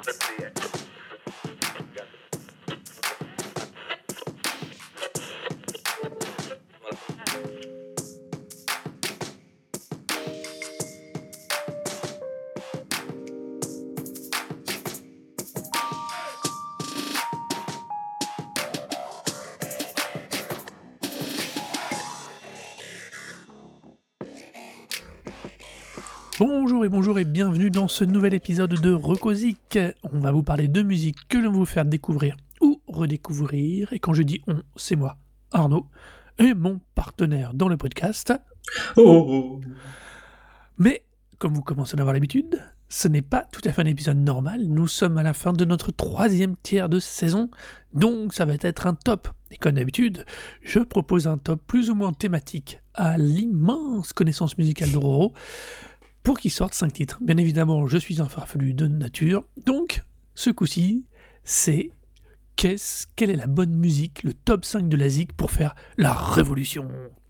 Bonjour et bienvenue dans ce nouvel épisode de Recosic. On va vous parler de musique que l'on va vous faire découvrir ou redécouvrir. Et quand je dis on, c'est moi, Arnaud, et mon partenaire dans le podcast. Oh. Mais, comme vous commencez à avoir l'habitude, ce n'est pas tout à fait un épisode normal. Nous sommes à la fin de notre 3e tiers de saison, donc ça va être un top. Et comme d'habitude, je propose un top plus ou moins thématique à l'immense connaissance musicale de Roro, pour qu'il sorte 5 titres. Bien évidemment, je suis un farfelu de nature, donc ce coup-ci, c'est quelle est la bonne musique, le top 5 de la ZIC pour faire la révolution.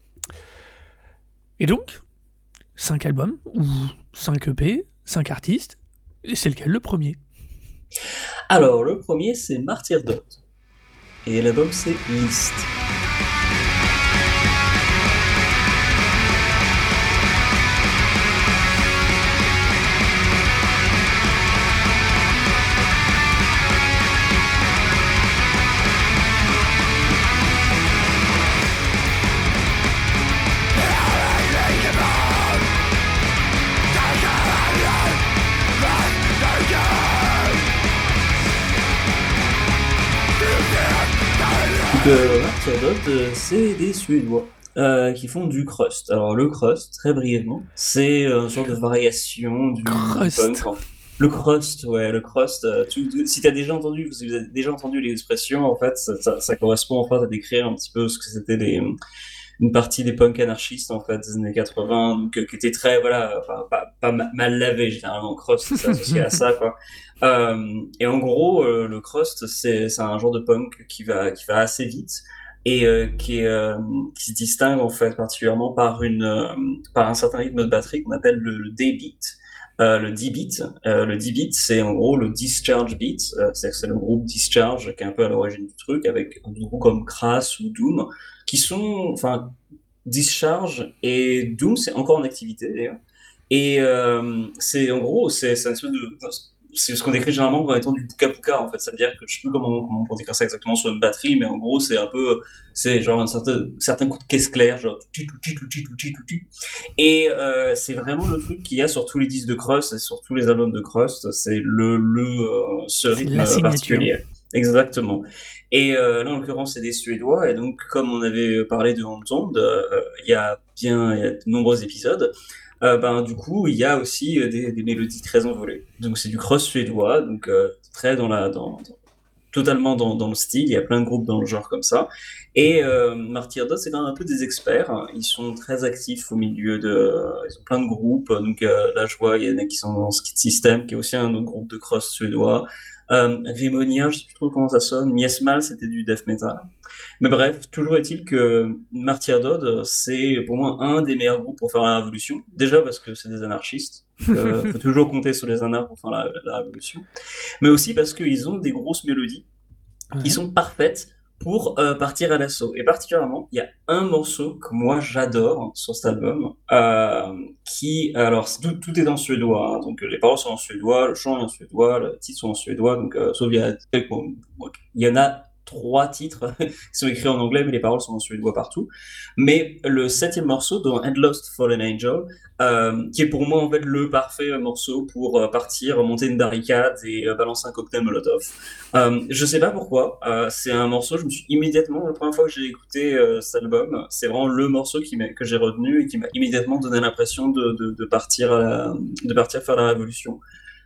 Et donc, 5 albums, ou 5 EP, 5 artistes, et c'est lequel le premier? Alors, le premier, c'est Martyrdom. Et l'album, c'est List. Martyrdom, c'est des Suédois qui font du crust. Alors, le crust, très brièvement, c'est une sorte de variation du punk. Le crust, ouais, le crust. Si tu as déjà entendu, si vous avez déjà entendu l'expression, en fait, ça correspond en fait à décrire un petit peu ce que c'était une partie des punks anarchistes en fait des années 80, donc qui était très pas mal lavé généralement. Crust, c'est associé à ça quoi. Et en gros, le crust, c'est un genre de punk qui va assez vite et qui se distingue en fait particulièrement par un certain rythme de batterie qu'on appelle le D-beat. Le D-beat, c'est en gros le Discharge beat, c'est-à-dire que c'est le groupe Discharge qui est un peu à l'origine du truc, avec un groupe comme Crass ou Doom, qui sont, enfin, Discharge et Doom, c'est encore en activité d'ailleurs. Et c'est en gros, c'est une espèce de, c'est ce qu'on décrit généralement comme étant du puka-puka en fait. Ça veut dire que je sais plus comment on peut décrire ça exactement sur une batterie, mais en gros, c'est un peu, c'est genre un certain coup de caisse claire, genre tout. Et c'est vraiment le truc qu'il y a sur tous les disques de Crust et sur tous les albums de Crust, c'est ce rythme particulier. Exactement. Et là, en l'occurrence, c'est des Suédois. Et donc, comme on avait parlé de Haunted, il y a de nombreux épisodes. Du coup, il y a aussi des mélodies très envolées. Donc, c'est du crust suédois, donc très totalement dans le style. Il y a plein de groupes dans le genre comme ça. Et Martyrdom, c'est quand même un peu des experts. Ils sont très actifs au milieu ils ont plein de groupes. Donc là, je vois, il y en a qui sont dans Skid System, qui est aussi un autre groupe de crust suédois. Grimonia, je sais plus trop comment ça sonne. Miasmal, c'était du death metal. Mais bref, toujours est-il que Martyrdom, c'est pour moi un des meilleurs groupes pour faire la révolution. Déjà parce que c'est des anarchistes. Faut toujours compter sur les anards pour faire la révolution. Mais aussi parce qu'ils ont des grosses mélodies qui sont parfaites pour partir à l'assaut. Et particulièrement, il y a un morceau que moi j'adore sur cet album, alors tout est en suédois, hein, donc les paroles sont en suédois, le chant est en suédois, le titre sont en suédois, donc sauf il y en a 3 titres qui sont écrits en anglais, mais les paroles sont en suédois partout. Mais le 7e morceau, dans And Lost Fallen Angel, qui est pour moi en fait le parfait morceau pour partir, monter une barricade et balancer un cocktail Molotov. Je sais pas pourquoi, c'est un morceau, je me suis immédiatement, la première fois que j'ai écouté cet album, c'est vraiment le morceau que j'ai retenu et qui m'a immédiatement donné l'impression de partir faire la révolution.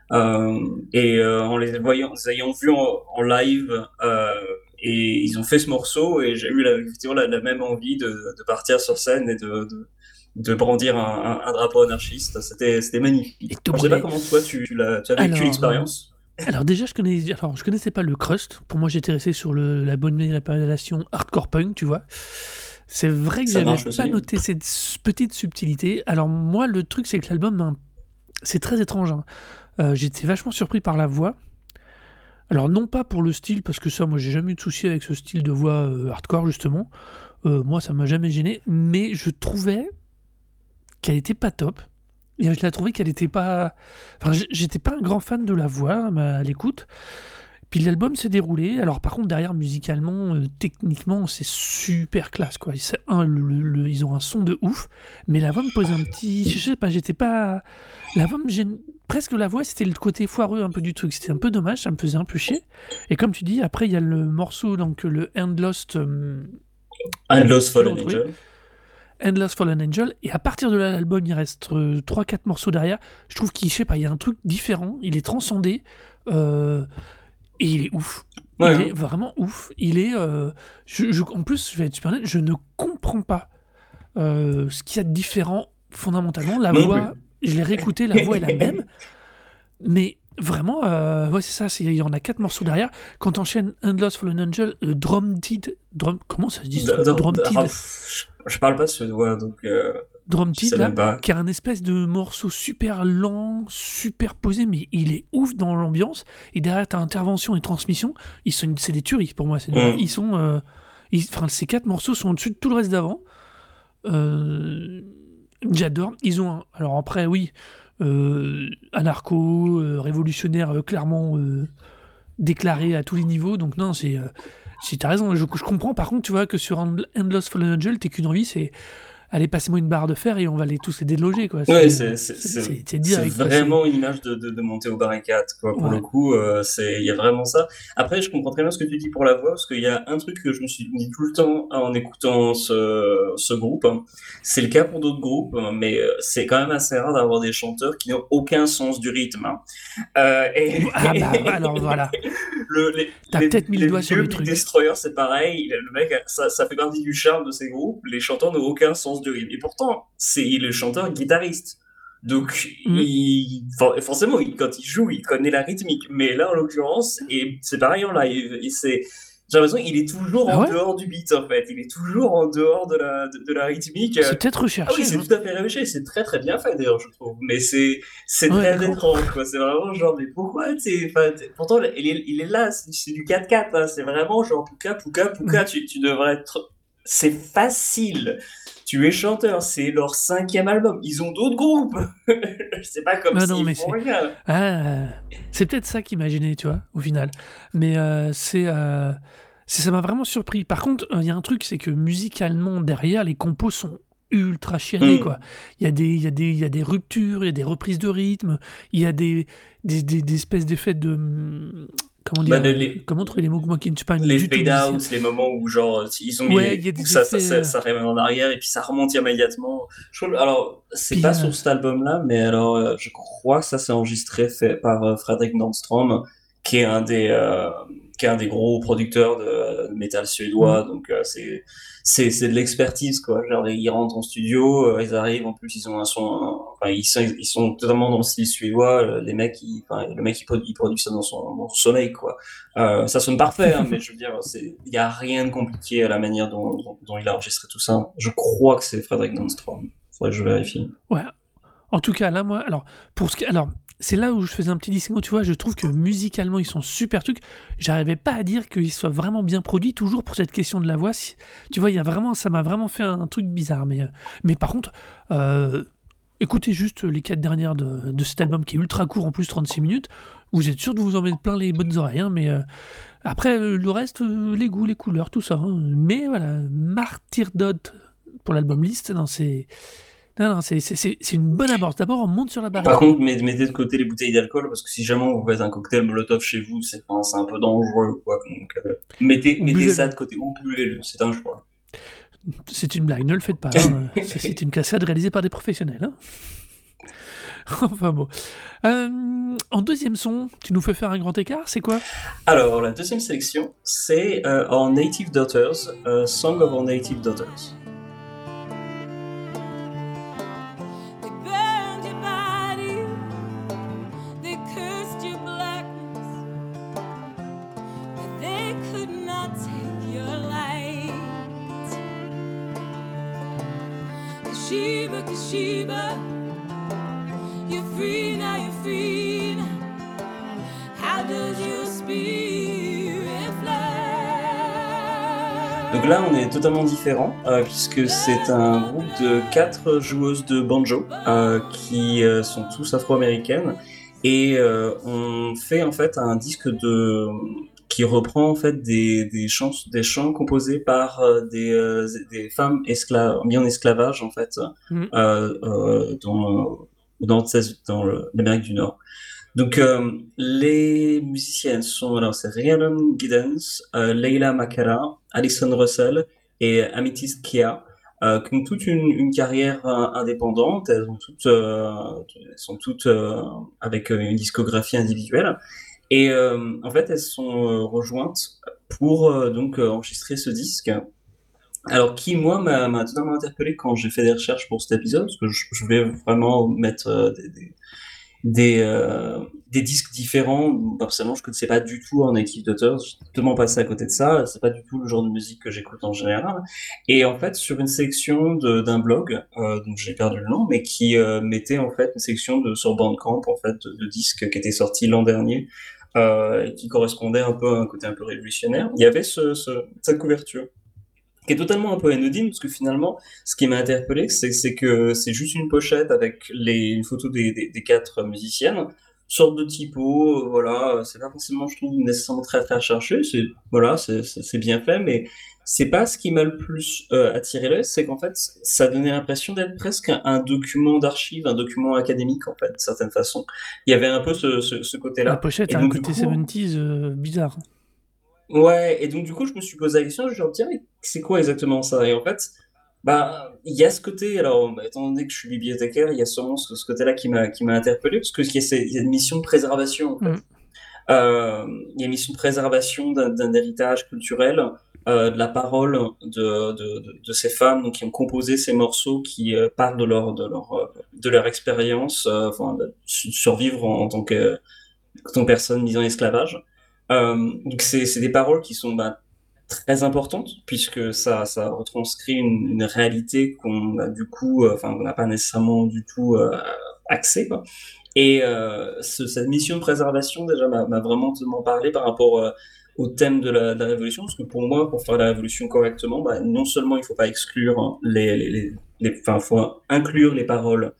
En les ayant vus en live, et ils ont fait ce morceau et j'ai eu effectivement la même envie de partir sur scène et de brandir un drapeau anarchiste. C'était magnifique. Je sais pas comment toi tu as vécu l'expérience. Alors déjà, je connaissais pas le crust. Pour moi, j'étais resté sur la bonne appellation hardcore punk, tu vois. C'est vrai que j'avais pas noté cette petite subtilité. Alors moi, le truc, c'est que l'album, c'est très étrange. Hein. J'étais vachement surpris par la voix. Alors non pas pour le style, parce que ça, moi j'ai jamais eu de souci avec ce style de voix hardcore justement. Moi ça m'a jamais gêné, mais je trouvais qu'elle était pas top. Et je la trouvais qu'elle était pas... Enfin, j'étais pas un grand fan de la voix à l'écoute. Puis l'album s'est déroulé. Alors par contre derrière musicalement, techniquement, c'est super classe quoi. Ils ont un son de ouf. Mais la voix me posait un petit... Je sais pas, j'étais pas... La voix me gêne... Presque la voix, c'était le côté foireux un peu du truc. C'était un peu dommage, ça me faisait un peu chier. Et comme tu dis, après il y a le morceau, donc le Endlost... Lost tu le Fallen retrouvais Angel. Endless Fallen Angel, et à partir de là, l'album, il reste 3-4 morceaux derrière. Je trouve qu'il, je sais pas, il y a un truc différent, il est transcendé, et il est ouf. Ouais, Il est hein. vraiment ouf. Il est. En plus, je vais être super honnête, je ne comprends pas ce qu'il y a de différent fondamentalement. La Non voix, plus. je l'ai réécouté, la voix est la même, mais vraiment, ouais, c'est ça, il y en a 4 morceaux derrière. Quand t'enchaînes Endless Fallen Angel, comment ça se dit ce truc? Je parle pas suédois, donc je Drumted sais là, même pas. qui a un espèce de morceau super lent, super posé, mais il est ouf dans l'ambiance. Et derrière ta intervention et transmission, c'est des tueries pour moi. Ils Mm. sont, enfin, ces 4 morceaux sont au-dessus de tout le reste d'avant. Euh, J'adore. Ils ont alors après oui, anarcho, révolutionnaire, clairement déclaré à tous les niveaux. Donc non, t'as raison. Je comprends. Par contre, tu vois que sur Endless Fallen Angel, t'es qu'une envie, c'est allez, passez-moi une barre de fer et on va tous les déloger, quoi. Ouais, C'est c'est direct, quoi. vraiment une image de monter aux barricades, quoi. Pour le Ouais. coup, il y a vraiment ça. Après, je comprends très bien ce que tu dis pour la voix, parce qu'il y a un truc que je me suis dit tout le temps en écoutant ce groupe, hein. C'est le cas pour d'autres groupes, hein, mais c'est quand même assez rare d'avoir des chanteurs qui n'ont aucun sens du rythme, hein. Ah bah, alors voilà. T'as peut-être mis le Les doigt sur vieux le Big truc. Destroyer, c'est pareil. Le mec, ça fait partie du charme de ces groupes. Les chanteurs n'ont aucun sens du rythme. Et pourtant, il est le chanteur guitariste. Donc, Hmm. forcément, quand il joue, il connaît la rythmique. Mais là, en l'occurrence, et c'est pareil en live. J'ai l'impression qu'il est toujours Ah en ouais? dehors du beat, en fait. Il est toujours en dehors de la rythmique. C'est peut-être Ah oui, recherché, c'est hein. tout à fait réussi. C'est très, très bien fait, d'ailleurs, je trouve. Mais c'est Ouais, très d'accord. étrange, quoi. C'est vraiment genre, mais pourquoi, pourtant, il est là, c'est du 4-4, hein. C'est vraiment genre, Pouka, Pouka, Pouka, Mhm. tu devrais être. C'est facile. Tu es chanteur, c'est leur 5e album. Ils ont d'autres groupes. C'est pas comme Ah non, s'ils mais font c'est. rien. Ah, c'est peut-être ça qui m'a gêné, tu vois, au final. Mais ça m'a vraiment surpris. Par contre, il y a un truc, c'est que musicalement, derrière, les compos sont ultra chiadés, quoi. Hmm. Il y a des ruptures, il y a des reprises de rythme, il y a des espèces d'effets de. Comment Bah, dire comment trouver les mots, moi qui ne suis pas les du tout musicien. fade-out, les moments où genre ils ont mis Ouais, il y a où des effets. ça remet en arrière et puis ça remonte immédiatement. Alors c'est Puis, pas sur cet album-là, mais alors je crois que ça c'est enregistré fait par Fredrik Nordstrom, qui est qui est un des gros producteurs de métal hmm. suédois. Donc c'est de l'expertise quoi. Genre ils rentrent en studio, ils arrivent en plus ils ont un son, enfin ils sont totalement dans le style suédois. Les mecs le mec il produit ça dans son sommeil quoi. Ça sonne parfait, hein, mais je veux dire, il y a rien de compliqué à la manière dont il a enregistré tout ça. Je crois que c'est Fredrik Nordstrom. Faudrait que je vérifie. Ouais. En tout cas, là, moi, alors, c'est là où je faisais un petit distinguo, tu vois, je trouve que musicalement, ils sont super trucs. J'arrivais pas à dire qu'ils soient vraiment bien produits, toujours pour cette question de la voix. Tu vois, ça m'a vraiment fait un truc bizarre. Mais par contre, euh, écoutez juste les 4 dernières de cet album qui est ultra court, en plus 36 minutes. Vous êtes sûr de vous en mettre plein les bonnes oreilles, hein, mais après, le reste, les goûts, les couleurs, tout ça, hein. Mais voilà, Martyrdot pour l'album list, non, c'est une bonne amorce. D'abord, on monte sur la Par barricade. contre, mettez de côté les bouteilles d'alcool parce que si jamais vous faites un cocktail Molotov chez vous, c'est un peu dangereux, quoi. Donc, Ou mettez ça buvez-le. de côté ou buvez-le, c'est un choix. C'est une blague, ne le faites pas, hein. C'est une cassade réalisée par des professionnels, hein. Enfin bon. En deuxième son, tu nous fais faire un grand écart, c'est quoi? Alors, la deuxième sélection, c'est Our Native Daughters, Song of Our Native Daughters. They burned your body, they cursed your blackness, but they could not take your light. Kashiba, Kashiba, you're free now, you're free now. how does your spirit fly? Donc là, on est totalement différent, puisque c'est un groupe de 4 joueuses de banjo qui sont tous afro-américaines, et on fait en fait un disque qui reprend en fait des chants composés par des femmes mis en esclavage en fait dans l'Amérique du Nord. Donc les musiciennes sont, alors c'est Rhiannon Giddens, Leila Makara, Alison Russell et Amethyst Kia, qui ont toute une carrière indépendante. Elles sont toutes avec une discographie individuelle. Et en fait, elles sont rejointes pour donc enregistrer ce disque. Alors qui, moi, m'a totalement interpellé quand j'ai fait des recherches pour cet épisode, parce que je vais vraiment mettre des disques différents. Personnellement, je ne connaissais pas du tout en équipe d'auteurs, je suis totalement passé à côté de ça, c'est pas du tout le genre de musique que j'écoute en général. Et en fait, sur une section d'un blog, dont j'ai perdu le nom, mais qui mettait en fait une section sur Bandcamp en fait, de disques qui était sorti l'an dernier, et qui correspondait un peu à un côté un peu révolutionnaire, il y avait cette couverture qui est totalement un peu anodine, parce que finalement, ce qui m'a interpellé, c'est que c'est juste une pochette avec une photo des 4 musiciennes, sorte de typo, voilà, c'est pas forcément, je trouve, nécessairement très très cherché, c'est bien fait, mais c'est pas ce qui m'a le plus attiré l'œil, c'est qu'en fait, ça donnait l'impression d'être presque un document d'archive, un document académique, en fait, de certaine façon. Il y avait un peu ce côté-là. La pochette a un côté 70s bizarre. Ouais, et donc du coup, je me suis posé la question, je me suis dit, tiens, mais c'est quoi exactement ça? Et en fait, il y a ce côté, alors, étant donné que je suis bibliothécaire, il y a sûrement ce côté-là qui m'a interpellé, parce qu'il y a une mission de préservation, en fait. Il y a une mission de préservation d'un héritage culturel, de la parole de ces femmes donc, qui ont composé ces morceaux qui parlent de leur expérience, de survivre en tant que personne mise en esclavage. Donc c'est des paroles qui sont très importantes, puisque ça retranscrit une réalité qu'on a du coup, on n'a pas nécessairement du tout accès, quoi. Et cette mission de préservation déjà m'a vraiment parlé par rapport au thème de la révolution, parce que pour moi, pour faire la révolution correctement, non seulement il ne faut pas exclure faut inclure les paroles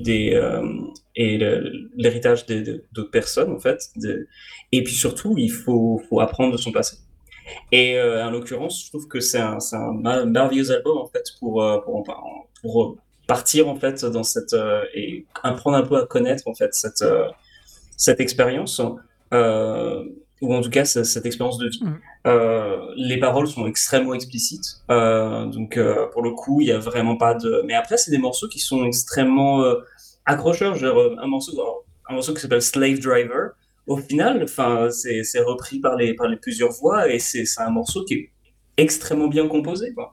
et l'héritage d'autres personnes en fait, et puis surtout il faut apprendre de son passé. Et en l'occurrence, je trouve que c'est un merveilleux album en fait pour partir en fait dans et apprendre un peu à connaître en fait cette expérience, ou en tout cas cette expérience de vie. Les paroles sont extrêmement explicites, donc pour le coup il y a vraiment pas de, mais après c'est des morceaux qui sont extrêmement accrocheurs. Un morceau qui s'appelle Slave Driver, au final c'est repris par les plusieurs voix, et c'est un morceau qui est extrêmement bien composé, quoi.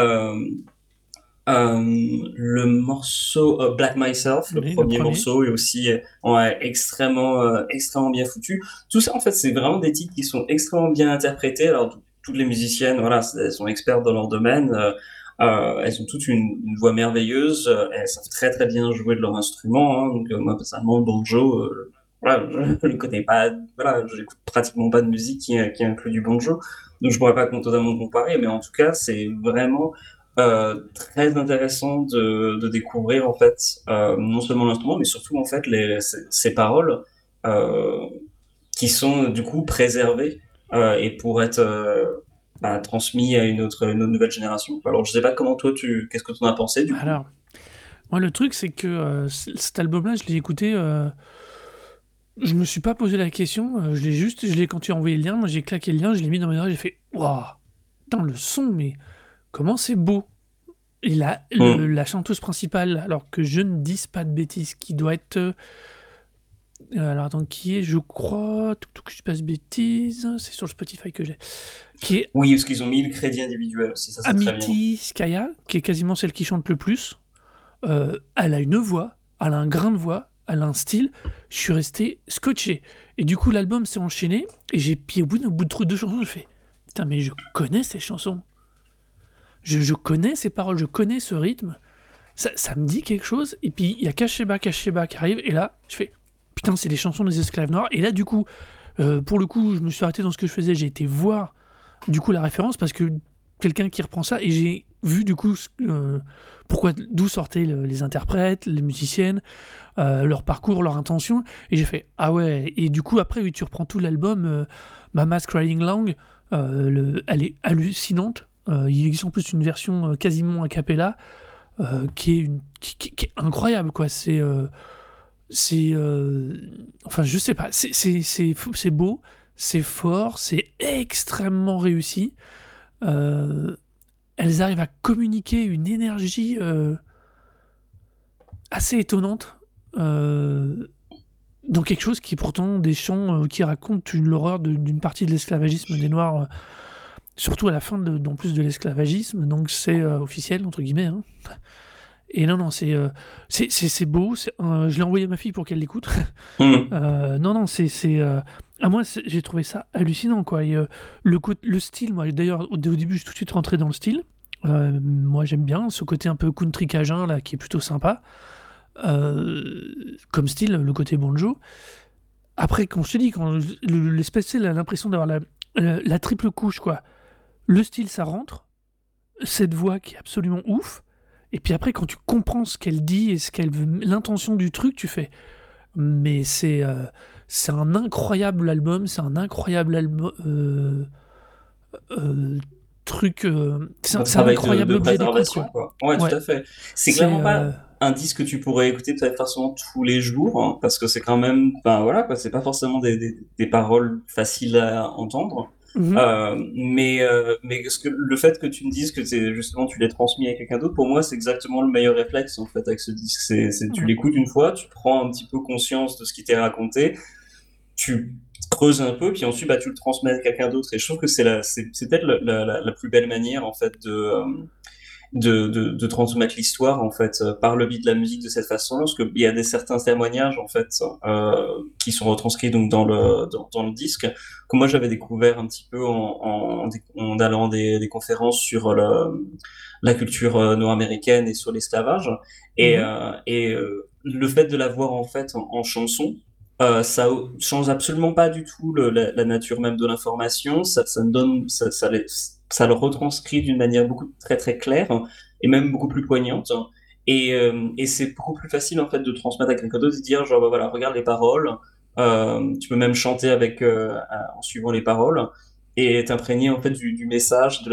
Le morceau Black Myself, le premier morceau, est aussi extrêmement bien foutu. Tout ça, en fait, c'est vraiment des titres qui sont extrêmement bien interprétés. Alors, toutes les musiciennes, voilà, elles sont expertes dans leur domaine. Elles ont toutes une voix merveilleuse. Elles savent très très bien jouer de leur instrument. Hein. Donc, moi, personnellement, le banjo, voilà, je ne connais pas. Voilà, j'écoute pratiquement pas de musique qui inclut du banjo. Donc, je pourrais pas totalement comparer, mais en tout cas, c'est vraiment très intéressant de découvrir en fait non seulement l'instrument, mais surtout en fait ces paroles qui sont du coup préservées et pour être transmis à une autre nouvelle génération. Alors je sais pas comment toi qu'est-ce que tu en as pensé du coup. Alors moi le truc c'est que cet album-là je l'ai écouté, je me suis pas posé la question, quand tu as envoyé le lien, moi j'ai claqué le lien, je l'ai mis dans mes oreilles, j'ai fait waouh, putain le son, mais comment c'est beau. Et la chanteuse principale, alors que je ne dise pas de bêtises, qui doit être... alors attends, qui est, je crois... que je passe bêtises, c'est sur le Spotify que j'ai. Qui est oui, parce qu'ils ont mis le crédit individuel aussi, ça c'est très bien. Amethyst Kia, qui est quasiment celle qui chante le plus. Elle a une voix, elle a un grain de voix, elle a un style. Je suis resté scotché. Et du coup, l'album s'est enchaîné, et au bout de 2 chansons, je fais... Putain, mais je connais ces chansons. Je connais ces paroles, je connais ce rythme, ça me dit quelque chose, et puis il y a Kasheba qui arrive, et là, je fais, putain, c'est des chansons des esclaves noirs, et là, du coup, Pour le coup, je me suis arrêté dans ce que je faisais, j'ai été voir du coup la référence parce que quelqu'un qui reprend ça et j'ai vu du coup d'où sortaient les interprètes, les musiciennes, leur parcours, leur intention et j'ai fait ah ouais et du coup après oui tu reprends tout l'album Mama's Crying Long, elle est hallucinante. Il existe en plus une version quasiment a cappella qui est incroyable quoi. Enfin je sais pas, c'est beau, c'est fort, c'est extrêmement réussi. Euh, Elles arrivent à communiquer une énergie assez étonnante dans quelque chose qui est pourtant des chants qui racontent l'horreur d'une partie de l'esclavagisme des Noirs, surtout à la fin en plus de l'esclavagisme, donc c'est officiel entre guillemets. Hein. Et non, c'est beau. Je l'ai envoyé à ma fille pour qu'elle l'écoute. Non, à moi, j'ai trouvé ça hallucinant, quoi. Et, le style, moi, d'ailleurs, au début, je suis tout de suite rentré dans le style. Moi, j'aime bien ce côté un peu country cajun, là, qui est plutôt sympa. Comme style, le côté banjo. Après, quand je te dis, quand l'espèce, c'est l'impression d'avoir la triple couche, quoi. Le style, ça rentre. Cette voix qui est absolument ouf. Et puis après, quand tu comprends ce qu'elle dit et l'intention du truc, tu fais. Mais c'est un incroyable album, c'est un incroyable truc. C'est un incroyable de objet d'écoute, préservation, quoi. quoi. Ouais, Ouais, tout à fait. C'est c'est. clairement pas un disque que tu pourrais écouter peut-être forcément tous les jours, hein, parce que c'est quand même, ben voilà, quoi, c'est pas forcément des paroles faciles à entendre. Mhm, Mais le fait que tu me dises que justement tu l'as transmis à quelqu'un d'autre, pour moi, c'est exactement le meilleur réflexe en fait avec ce disque. Tu ouais. l'écoutes une fois, tu prends un petit peu conscience de ce qui t'est raconté, tu creuses un peu, puis ensuite bah, tu le transmets à quelqu'un d'autre. Et je trouve que c'est peut-être la plus belle manière en fait de transmettre l'histoire en fait par le biais de la musique de cette façon-là, parce qu'il y a certains témoignages en fait qui sont retranscrits donc dans le disque que moi j'avais découvert un petit peu en allant des conférences sur la culture nord-américaine et sur l'esclavage Mhm, le fait de la voir en fait en chanson. Ça change absolument pas du tout la nature même de l'information. Ça me donne, ça le retranscrit d'une manière très très claire et même beaucoup plus poignante. Et c'est beaucoup plus facile en fait de transmettre à quelqu'un d'autre, de dire genre bah, voilà, regarde les paroles. Tu peux même chanter avec en suivant les paroles et t'imprégner en fait du message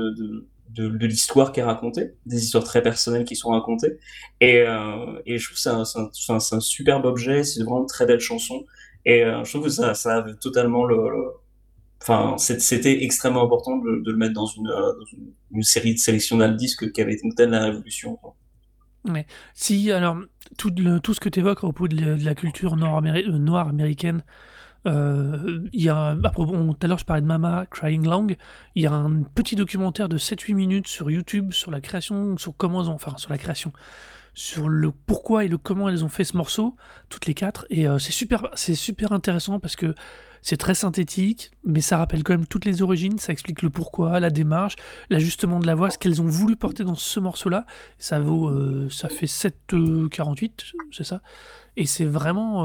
de l'histoire qui est racontée, des histoires très personnelles qui sont racontées. Et je trouve que c'est un superbe objet, c'est vraiment une très belle chanson. Et je trouve que ça avait totalement enfin, c'était extrêmement important de le mettre dans une série de sélection d'un disque qui avait été une telle la révolution, quoi. ouais. Si, alors, tout ce que tu évoques à propos de la culture noire américaine, il y a à propos, tout à l'heure je parlais de Mama Crying Long, il y a un petit documentaire de 7-8 minutes sur YouTube sur la création, sur comment enfin sur la création, sur le pourquoi et le comment elles ont fait ce morceau, toutes les quatre, et c'est super intéressant parce que c'est très synthétique, mais ça rappelle quand même toutes les origines, ça explique le pourquoi, la démarche, l'ajustement de la voix, ce qu'elles ont voulu porter dans ce morceau-là. Ça fait 7,48, c'est ça, et c'est vraiment,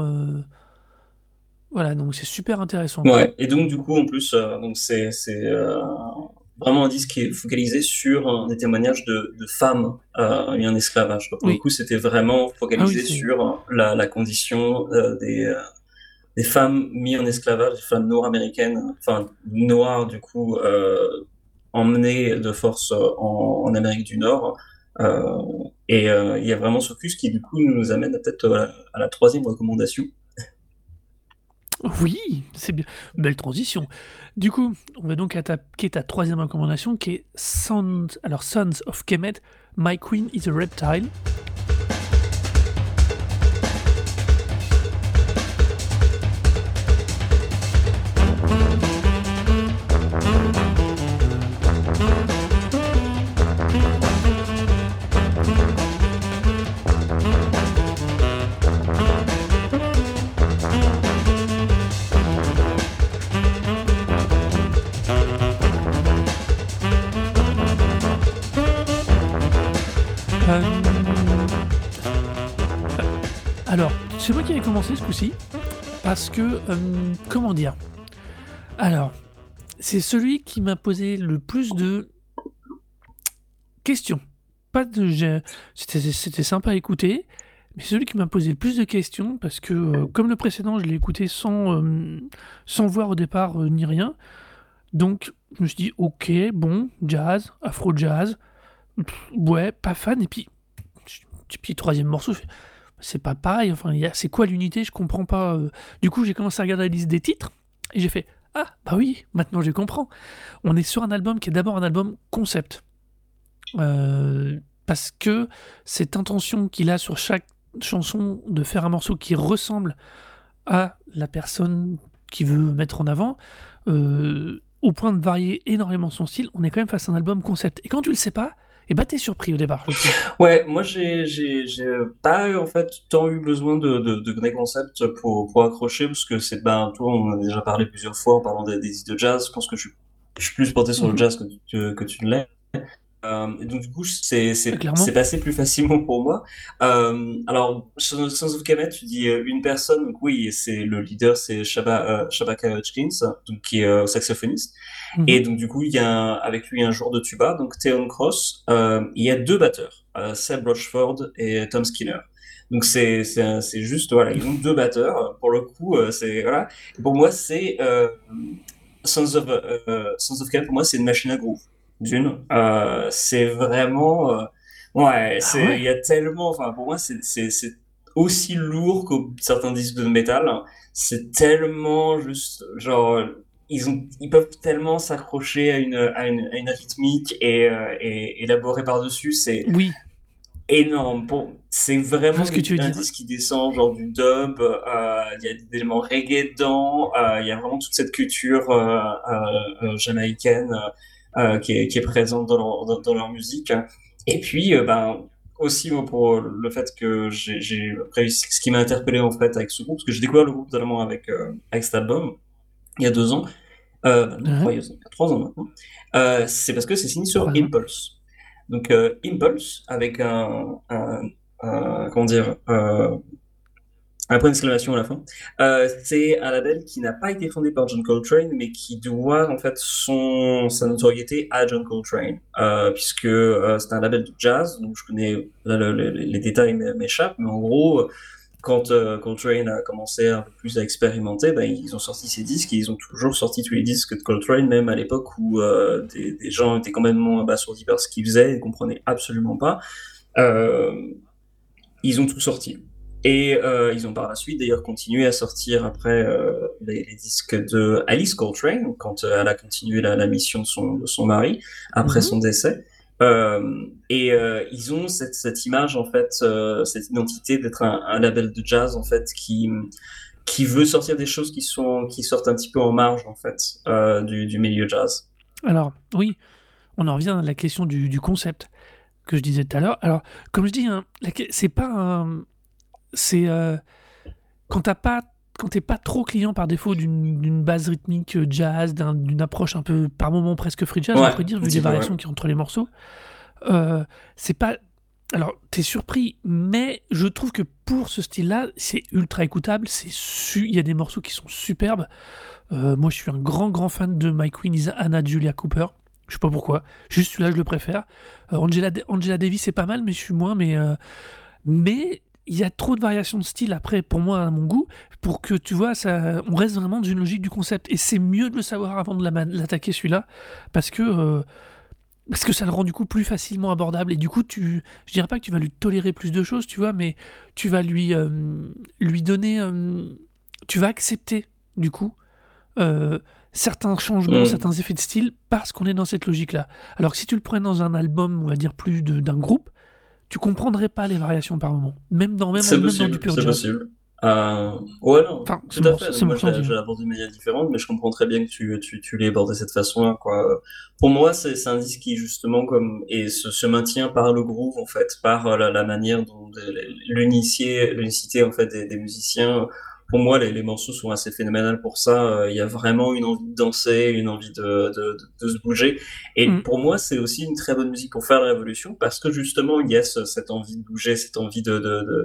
voilà, donc c'est super intéressant, quoi. Ouais. Et donc du coup en plus donc c'est vraiment un disque qui est focalisé sur des témoignages de femmes et en esclavage. Donc, pour le Oui, coup, c'était vraiment ah oui, focalisé c'est, sur la condition des femmes mises en esclavage, des femmes nord-américaines, enfin noires du coup, emmenées de force en Amérique du Nord. Euh, il y a vraiment ce focus qui du coup nous amène peut-être à la troisième recommandation. oui, c'est bien, belle transition. Du coup, on va donc attaquer ta troisième recommandation qui est Sons of Kemet, My Queen is a Reptile. Euh, Alors, c'est moi qui ai commencé ce coup-ci, parce que, comment dire, Alors, c'est celui qui m'a posé le plus de questions. Pas de, c'était sympa à écouter, mais c'est celui qui m'a posé le plus de questions parce que, comme le précédent, je l'ai écouté sans voir au départ ni rien. Donc, je me suis dit, ok, bon, jazz, afro-jazz, ouais, pas fan. Et puis troisième morceau, c'est pas pareil. Enfin, c'est quoi l'unité? Je comprends pas. Du coup, j'ai commencé à regarder la liste des titres et j'ai fait, ah, bah oui, maintenant je comprends. On est sur un album qui est d'abord un album concept. Parce que cette intention qu'il a sur chaque chanson de faire un morceau qui ressemble à la personne qu'il veut mettre en avant, au point de varier énormément son style, on est quand même face à un album concept. Et quand tu le sais pas, et bah t'es surpris au départ, je trouve. Ouais, moi j'ai pas en fait tant eu besoin de vrais concepts pour accrocher parce que c'est ben toi on en a déjà parlé plusieurs fois en parlant des disques de jazz. Je pense que je suis plus porté sur le Mhm. jazz que tu ne l'es. Et donc du coup Clairement. c'est passé plus facilement pour moi. Alors Sons of Kemet, tu dis une personne, donc oui c'est le leader, c'est Shabaka Hutchins, donc qui est saxophoniste. Et Mhm. donc, du coup, il y a avec lui un joueur de tuba, donc Theon Cross. Il y a deux batteurs, Seb Rochford et Tom Skinner. Donc, c'est juste, voilà, ils ont deux batteurs. Pour le coup, c'est, voilà. Et pour moi, Sons of Kemet, pour moi, c'est une machine à groove. D'une. C'est vraiment, ouais, Ah il ouais. y a tellement, enfin, pour moi, c'est aussi lourd que certains disques de métal. C'est tellement juste, genre, ils peuvent tellement s'accrocher à une rythmique et élaborer par-dessus, c'est Oui, énorme. C'est je vois vraiment ce que tu veux un dire. disque qui descend genre du dub, il y a des éléments reggae dedans, il y a vraiment toute cette culture jamaïcaine qui est présente dans leur musique. Et puis, ben, aussi moi, pour le fait que après, ce qui m'a interpellé en fait avec ce groupe, parce que j'ai découvert le groupe totalement avec cet album il y a 2 ans, non, Hein. 3 ans maintenant. C'est parce que c'est signé sur 3 ans. Impulse. Donc Impulse avec comment dire un point d'exclamation à la fin. C'est un label qui n'a pas été fondé par John Coltrane, mais qui doit en fait sa notoriété à John Coltrane, puisque c'est un label de jazz. Donc je connais là, les détails m'échappent, mais en gros quand Coltrane a commencé un peu plus à expérimenter, ben, ils ont sorti ces disques et ils ont toujours sorti tous les disques de Coltrane, même à l'époque où des gens étaient complètement abasourdis par ce qu'ils faisaient et ne comprenaient absolument pas. Euh, Ils ont tout sorti. Et ils ont par la suite d'ailleurs continué à sortir après les disques de Alice Coltrane, quand elle a continué la mission de son mari après Mhm. son décès. Ils ont cette image, en fait, cette identité d'être un label de jazz, en fait, qui veut sortir des choses qui sortent un petit peu en marge, en fait, du milieu jazz. Alors, oui, on en revient à la question du concept que je disais tout à l'heure. Alors, comme je dis, hein, c'est pas un. C'est. Quand t'as pas. Quand t'es pas trop client par défaut d'une base rythmique jazz, d'une approche un peu par moment presque free jazz, on Ouais, pourrait dire, un vu les petit peu, ouais. variations qu'il y a entre les morceaux, c'est pas. Alors, t'es surpris, mais je trouve que pour ce style-là, c'est ultra écoutable. Il y a des morceaux qui sont superbes. Moi, je suis un grand fan de My Queen is Anna Julia Cooper. Je sais pas pourquoi. Juste celui-là, je le préfère. Angela Davis, c'est pas mal, mais je suis moins. Mais il y a trop de variations de style après, pour moi, à mon goût, pour que tu vois, on reste vraiment dans une logique du concept. Et c'est mieux de le savoir avant de l'attaquer celui-là, parce que, euh, parce que ça le rend du coup plus facilement abordable. Et du coup, je dirais pas que tu vas lui tolérer plus de choses, tu vois, mais tu vas lui donner. Tu vas accepter, du coup euh, certains changements, Mm. certains effets de style parce qu'on est dans cette logique-là. Alors que si tu le prenais dans un album, on va dire plus d'un groupe, tu comprendrais pas les variations par moment, même dans du pur C'est jazz. possible. Ouais, non, Enfin, tout à fait. Donc c'est mon moi, ressenti. je Hein. l'ai abordé de manière différente, mais je comprends très bien que tu l'aies abordé de cette façon-là, quoi. Pour moi, c'est un disque qui, justement, se maintient par le groove, en fait, par la manière dont l'unicité, en fait, des musiciens. Pour moi, les morceaux sont assez phénoménales pour ça. Il y a vraiment une envie de danser, une envie de se bouger. Et Mm. pour moi, c'est aussi une très bonne musique pour faire la révolution parce que justement, il y a cette envie de bouger, cette envie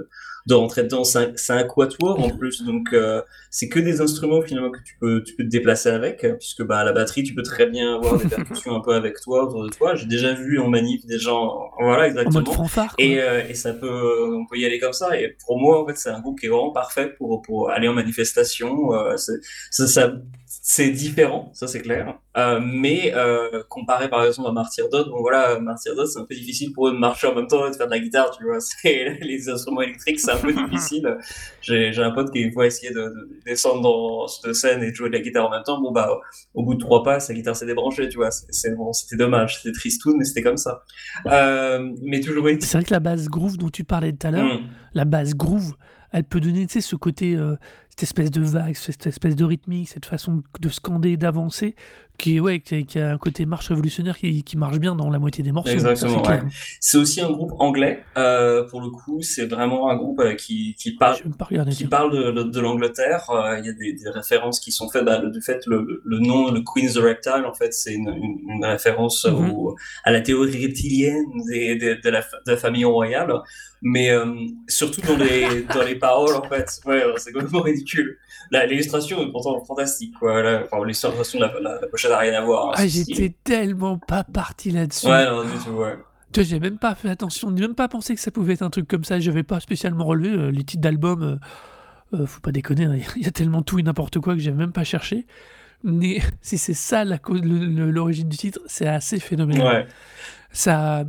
de rentrer dedans. C'est un quatuor en plus, donc c'est que des instruments finalement que tu peux te déplacer avec, puisque bah, à la batterie, tu peux très bien avoir des percussions un peu avec toi, autour de toi. J'ai déjà vu en manif des gens, voilà, En mode exactement. fanfare, quoi. Et ça peut, on peut y aller comme ça. Et pour moi, en fait, c'est un groupe qui est vraiment parfait pour aller en manifestation. Ça, c'est différent, ça c'est clair. Mais comparé par exemple à Martyrdom, bon voilà, Martyrdom c'est un peu difficile pour eux de marcher en même temps et de faire de la guitare, tu vois. Les instruments électriques, c'est un peu difficile. J'ai un pote qui une fois essayé de descendre dans cette scène et de jouer de la guitare en même temps. Bon bah, au bout de 3 pas, sa guitare s'est débranchée, tu vois. Bon, c'était dommage, c'était tristoun, mais c'était comme ça. Mais toujours est. C'est vrai que la base groove dont tu parlais tout à l'heure, Mm. la base groove, elle peut donner, tu sais, ce côté, cette espèce de vague, cette espèce de rythmique, cette façon de scander, d'avancer, qui a un côté marche révolutionnaire qui marche bien dans la moitié des morceaux, ça c'est Exactement, ouais. clair. C'est aussi un groupe anglais, pour le coup, c'est vraiment un groupe Je vais même pas regarder, qui tiens. parle de l'Angleterre. Il y a des références qui sont faites, bah, du fait le nom, le Queen's the Reptile, en fait, c'est une référence Mhm. à la théorie reptilienne de la famille royale, mais surtout dans les paroles, en fait. Ouais, alors, c'est complètement ridicule. L'illustration est pourtant fantastique, quoi. Enfin, l'illustration de la pochette n'a rien à voir, hein, Ah, c'est j'étais stylé. tellement pas parti là-dessus. Ouais, non, du tout, ouais. Tu vois, j'ai même pas fait attention, j'ai même pas pensé que ça pouvait être un truc comme ça. J'avais pas spécialement relevé les titres d'albums. Faut pas déconner, hein, il y a tellement tout et n'importe quoi que j'avais même pas cherché. Mais si c'est ça l'origine du titre, c'est assez phénoménal. Ouais. Ça,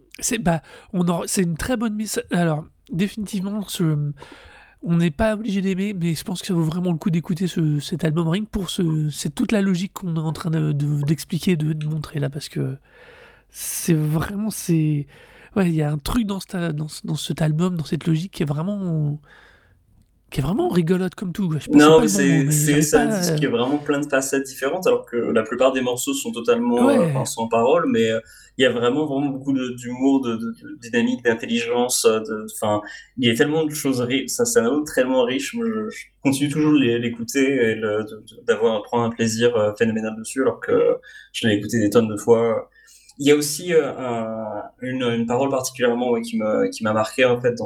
c'est une très bonne mise. Alors, définitivement, on n'est pas obligé d'aimer, mais je pense que ça vaut vraiment le coup d'écouter cet album rien que pour c'est toute la logique qu'on est en train d'expliquer, de montrer là, parce que c'est vraiment, ouais, il y a un truc dans cet album, dans cette logique qui est vraiment rigolote comme tout. Je sais pas, c'est Non, pas mais le bon mot, mais j'arrive c'est un pas. disque qui a vraiment plein de facettes différentes, alors que la plupart des morceaux sont totalement, enfin, Ouais, sans parole, mais il y a vraiment beaucoup d'humour, de dynamique, d'intelligence, enfin, il y a tellement de choses riches, ça, c'est un album tellement riche. Moi, je continue toujours de l'écouter et prendre un plaisir phénoménal dessus, alors que je l'ai écouté des tonnes de fois. Il y a aussi une parole particulièrement, ouais, qui m'a marqué en fait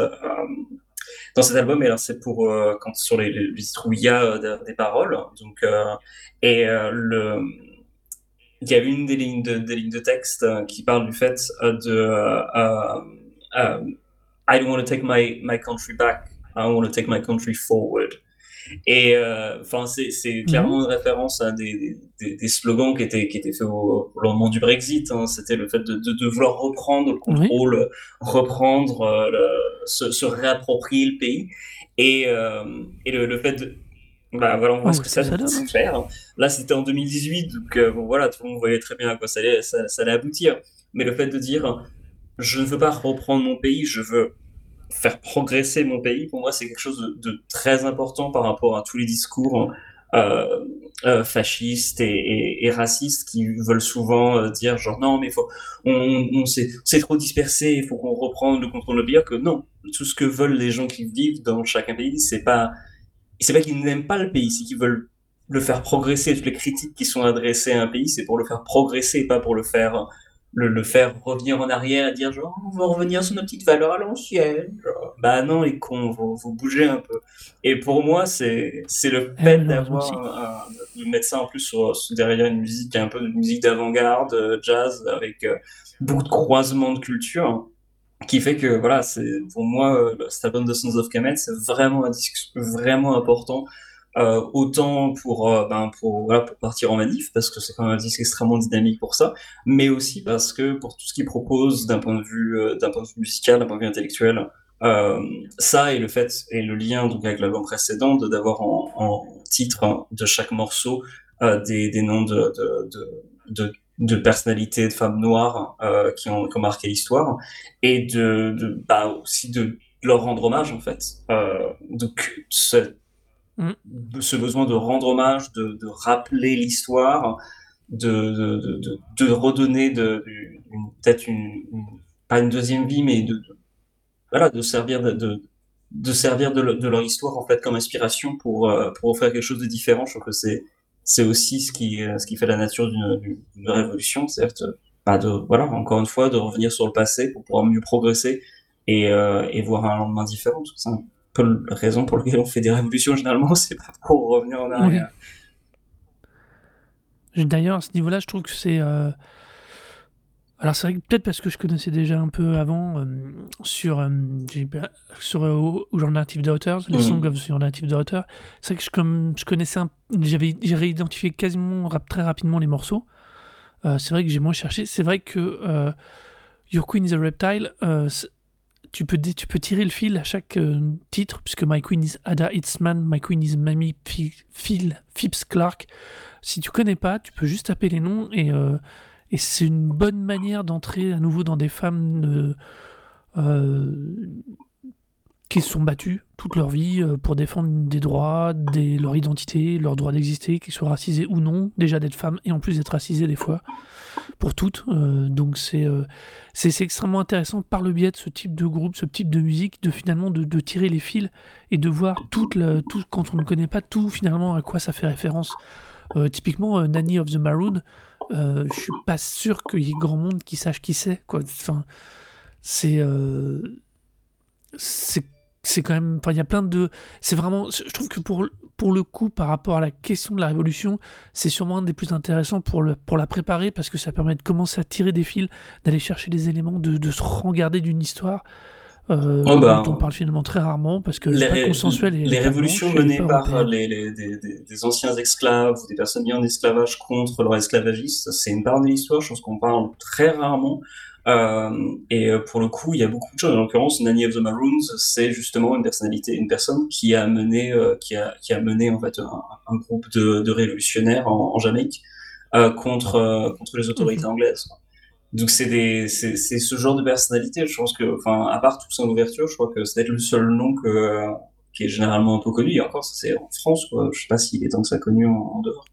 dans cet album. Et alors c'est pour quand sur les titres où il y a des paroles. Donc il y a une des lignes de texte qui parle du fait euh, I don't want to take my country back. I want to take my country forward. Et enfin, c'est mhm, clairement une référence à des slogans qui étaient faits au lendemain du Brexit, hein. C'était le fait de vouloir reprendre le oui, contrôle, reprendre, se réapproprier le pays. Et le fait de. Bah voilà, on voit on ce voit que ce que ça ça donne, allait hein. faire. Là, c'était en 2018, donc bon voilà, tout le monde voyait très bien à quoi ça allait aboutir. Mais le fait de dire, je ne veux pas reprendre mon pays, je veux faire progresser mon pays, pour moi, c'est quelque chose de très important par rapport à tous les discours euh, fascistes et racistes qui veulent souvent dire genre non, mais c'est trop dispersé, il faut qu'on reprenne le contrôle de le que non, tout ce que veulent les gens qui vivent dans chacun pays, c'est pas qu'ils n'aiment pas le pays, c'est qu'ils veulent le faire progresser. Toutes les critiques qui sont adressées à un pays, c'est pour le faire progresser, pas pour le faire revenir en arrière et dire genre on va revenir sur nos petites valeurs à l'ancienne. Genre, bah non les cons, faut bouger un peu. Et pour moi c'est le Eh, fait malheureusement, si. de mettre ça en plus derrière une musique un peu de musique d'avant-garde, jazz avec beaucoup de croisements de culture qui fait que voilà, c'est pour moi cet album de Sons of Kemet, c'est vraiment un disque vraiment important, autant pour partir en manif parce que c'est quand même un disque extrêmement dynamique pour ça, mais aussi parce que pour tout ce qu'il propose d'un point de vue musical, d'un point de vue intellectuel, euh, ça et le fait et le lien donc avec l'album précédent d'avoir en titre, hein, de chaque morceau des noms de personnalités de femmes noires qui ont marqué l'histoire et bah, aussi de leur rendre hommage en fait. Donc Mhm. ce besoin de rendre hommage, de rappeler l'histoire, de redonner peut-être pas une deuxième vie, mais voilà, de servir de servir de leur histoire en fait comme inspiration pour offrir quelque chose de différent. Je trouve que c'est aussi ce qui fait la nature révolution, certes, pas de voilà, encore une fois, de revenir sur le passé pour pouvoir mieux progresser et voir un lendemain différent. Parce que c'est un peu la raison pour laquelle on fait des révolutions généralement, c'est pas pour revenir en Oui. arrière. D'ailleurs, à ce niveau-là, je trouve que c'est. Alors, c'est vrai que peut-être parce que je connaissais déjà un peu avant sur, sur Alternative Daughters, les Songs Mm. of Alternative Daughters. C'est vrai que comme je connaissais j'ai réidentifié quasiment très rapidement les morceaux. C'est vrai que j'ai moins cherché. C'est vrai que Your Queen is a Reptile, tu peux tirer le fil à chaque titre, puisque My Queen is Ada Itzman, My Queen is Mamie Phil Phipps Clark. Si tu connais pas, tu peux juste taper les noms et c'est une bonne manière d'entrer à nouveau dans des femmes euh, qui se sont battues toute leur vie pour défendre des droits, leur identité, leur droit d'exister, qu'ils soient racisés ou non, déjà d'être femmes et en plus d'être racisées des fois, pour toutes. Donc c'est extrêmement intéressant par le biais de ce type de groupe, ce type de musique, de finalement de tirer les fils et de voir tout quand on ne connaît pas tout finalement à quoi ça fait référence. Typiquement, Nanny of the Maroon, je suis pas sûr qu'il y ait grand monde qui sache qui c'est, quoi. Enfin, c'est euh, c'est c'est quand même. Enfin, il y a plein de. C'est vraiment. Je trouve que pour le coup, par rapport à la question de la révolution, c'est sûrement un des plus intéressants pour la préparer parce que ça permet de commencer à tirer des fils, d'aller chercher des éléments, de se regarder d'une histoire Oh dont on bah, parle finalement très rarement parce que c'est pas consensuel et elle est les pas révolutions blanche, elle est menées pas par européenne. des anciens esclaves ou des personnes mis en esclavage contre leurs esclavagistes, c'est une part de l'histoire, je pense qu'on parle très rarement. Pour le coup, il y a beaucoup de choses. En l'occurrence, Nanny of the Maroons, c'est justement une personne qui a mené, qui a mené en fait un groupe de révolutionnaires en Jamaïque contre les autorités Mhm. anglaises. Donc c'est ce genre de personnalité. Je pense que, enfin, à part Toussaint Louverture, je crois que c'est peut-être le seul nom qui est généralement un peu connu. Et encore, ça, c'est en France, quoi. Je sais pas s'il est tant que ça connu en dehors.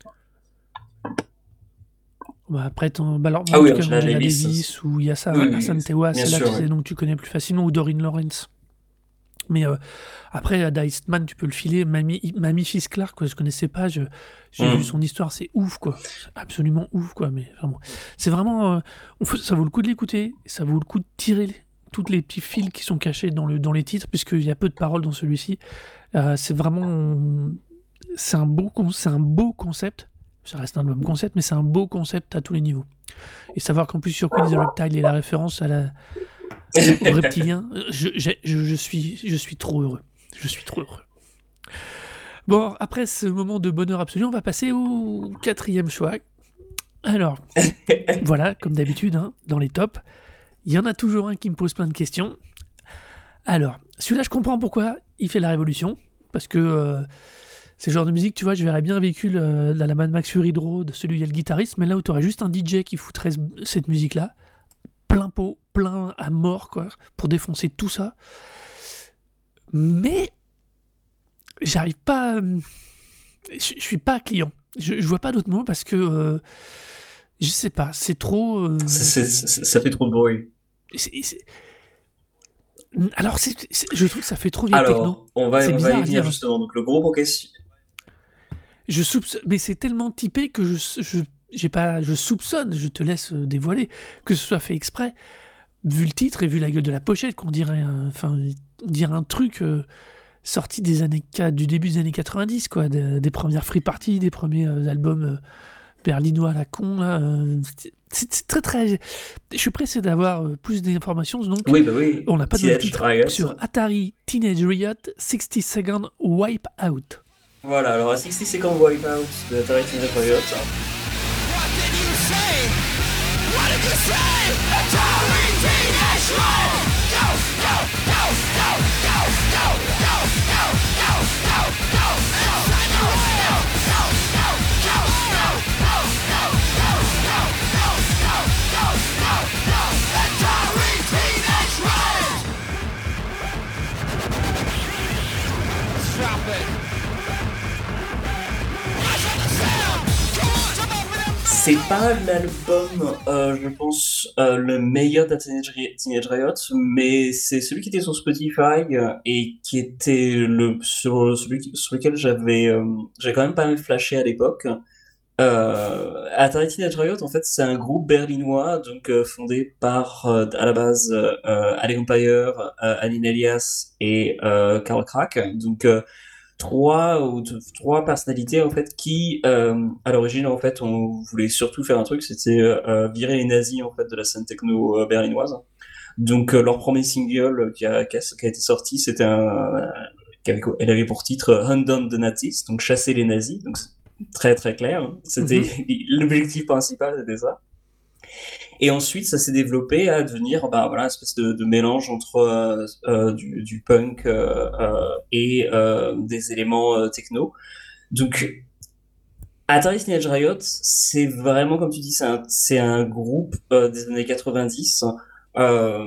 Bah, après, bah alors, moi, Ah en oui, tout cas, Angela Angela Davis. Davis ou Oui, Hassan oui, Tewa, bien c'est là que sûr, c'est oui. des noms que tu connais plus facilement, ou Doreen Lawrence. Mais après, Ada Eastman, tu peux le filer. Mamie Fils Clark, quoi, je connaissais pas. J'ai vu Hmm. son histoire, c'est ouf, quoi. C'est absolument ouf, quoi. Mais vraiment, c'est vraiment. Ça vaut le coup de l'écouter. Ça vaut le coup de tirer toutes les petits fils qui sont cachés dans les titres, puisqu'il y a peu de paroles dans celui-ci. C'est vraiment. C'est un beau concept. Ça reste un même concept, mais c'est un beau concept à tous les niveaux. Et savoir qu'en plus sur Queen is the Reptile et la référence au reptilien, je suis trop heureux. Je suis trop heureux. Bon, après ce moment de bonheur absolu, on va passer au quatrième choix. Alors, voilà, comme d'habitude, hein, dans les tops, il y en a toujours un qui me pose plein de questions. Alors, celui-là, je comprends pourquoi il fait la révolution, parce que c'est le genre de musique, tu vois, je verrais bien un véhicule dans la Mad Max Fury Road, celui où il y a le guitariste, mais là où tu aurais juste un DJ qui foutrait cette musique-là, plein pot, plein à mort, quoi, pour défoncer tout ça. Mais j'arrive pas. Je suis pas client. Je vois pas d'autre mot parce que je sais pas, c'est trop. Ça fait trop de bruit. C'est- c'est- alors, je trouve que ça fait trop vieille techno. Alors, C'est on va bizarre y à venir dire, hein. justement. Donc, le groupe en question. Mais c'est tellement typé que j'ai pas, je soupçonne, je te laisse dévoiler, que ce soit fait exprès, vu le titre et vu la gueule de la pochette, qu'on dirait, enfin, on dirait un truc sorti du début des années 90, quoi, des premières free parties, des premiers albums berlinois à la con, là. C'est très très. Je suis pressé d'avoir plus d'informations, donc Oui, bah oui. on n'a pas donné le Teenage titre Riot. sur Atari Teenage Riot 60 Second Wipeout. Voilà, alors à 60 Second Wipeout de Atari Teenage Riot. What did you say? What did you say? Atari Teenage Riot! Go, go, go, go, go, go, go, go, go, go, go, inside the riot! Go, go, go, go, go, go, go, go, go, go, go, go, go, Atari Teenage Riot! Stop it! Listen to the sound! Come on, jump up in them C'est pas l'album, je pense, le meilleur de Teenage Riot, mais c'est celui qui était sur Spotify et qui était sur lequel j'avais quand même pas mal flashé à l'époque. Atari Teenage Riot, en fait, c'est un groupe berlinois, donc fondé par, à la base, Alec Empire, Aline Elias et Carl Crack. Donc trois personnalités en fait qui, à l'origine, en fait, on voulait surtout faire un truc, c'était virer les nazis en fait de la scène techno berlinoise. Donc leur premier single qui a été sorti, c'était elle avait pour titre Hunt Down the Nazis, donc chasser les nazis. Donc très très clair, hein. C'était l'objectif principal, c'était ça. Et ensuite, ça s'est développé à devenir, bah voilà, une espèce de mélange entre du punk et des éléments techno. Donc, Atari Teenage Riot, c'est vraiment, comme tu dis, c'est un groupe des années 90. Euh,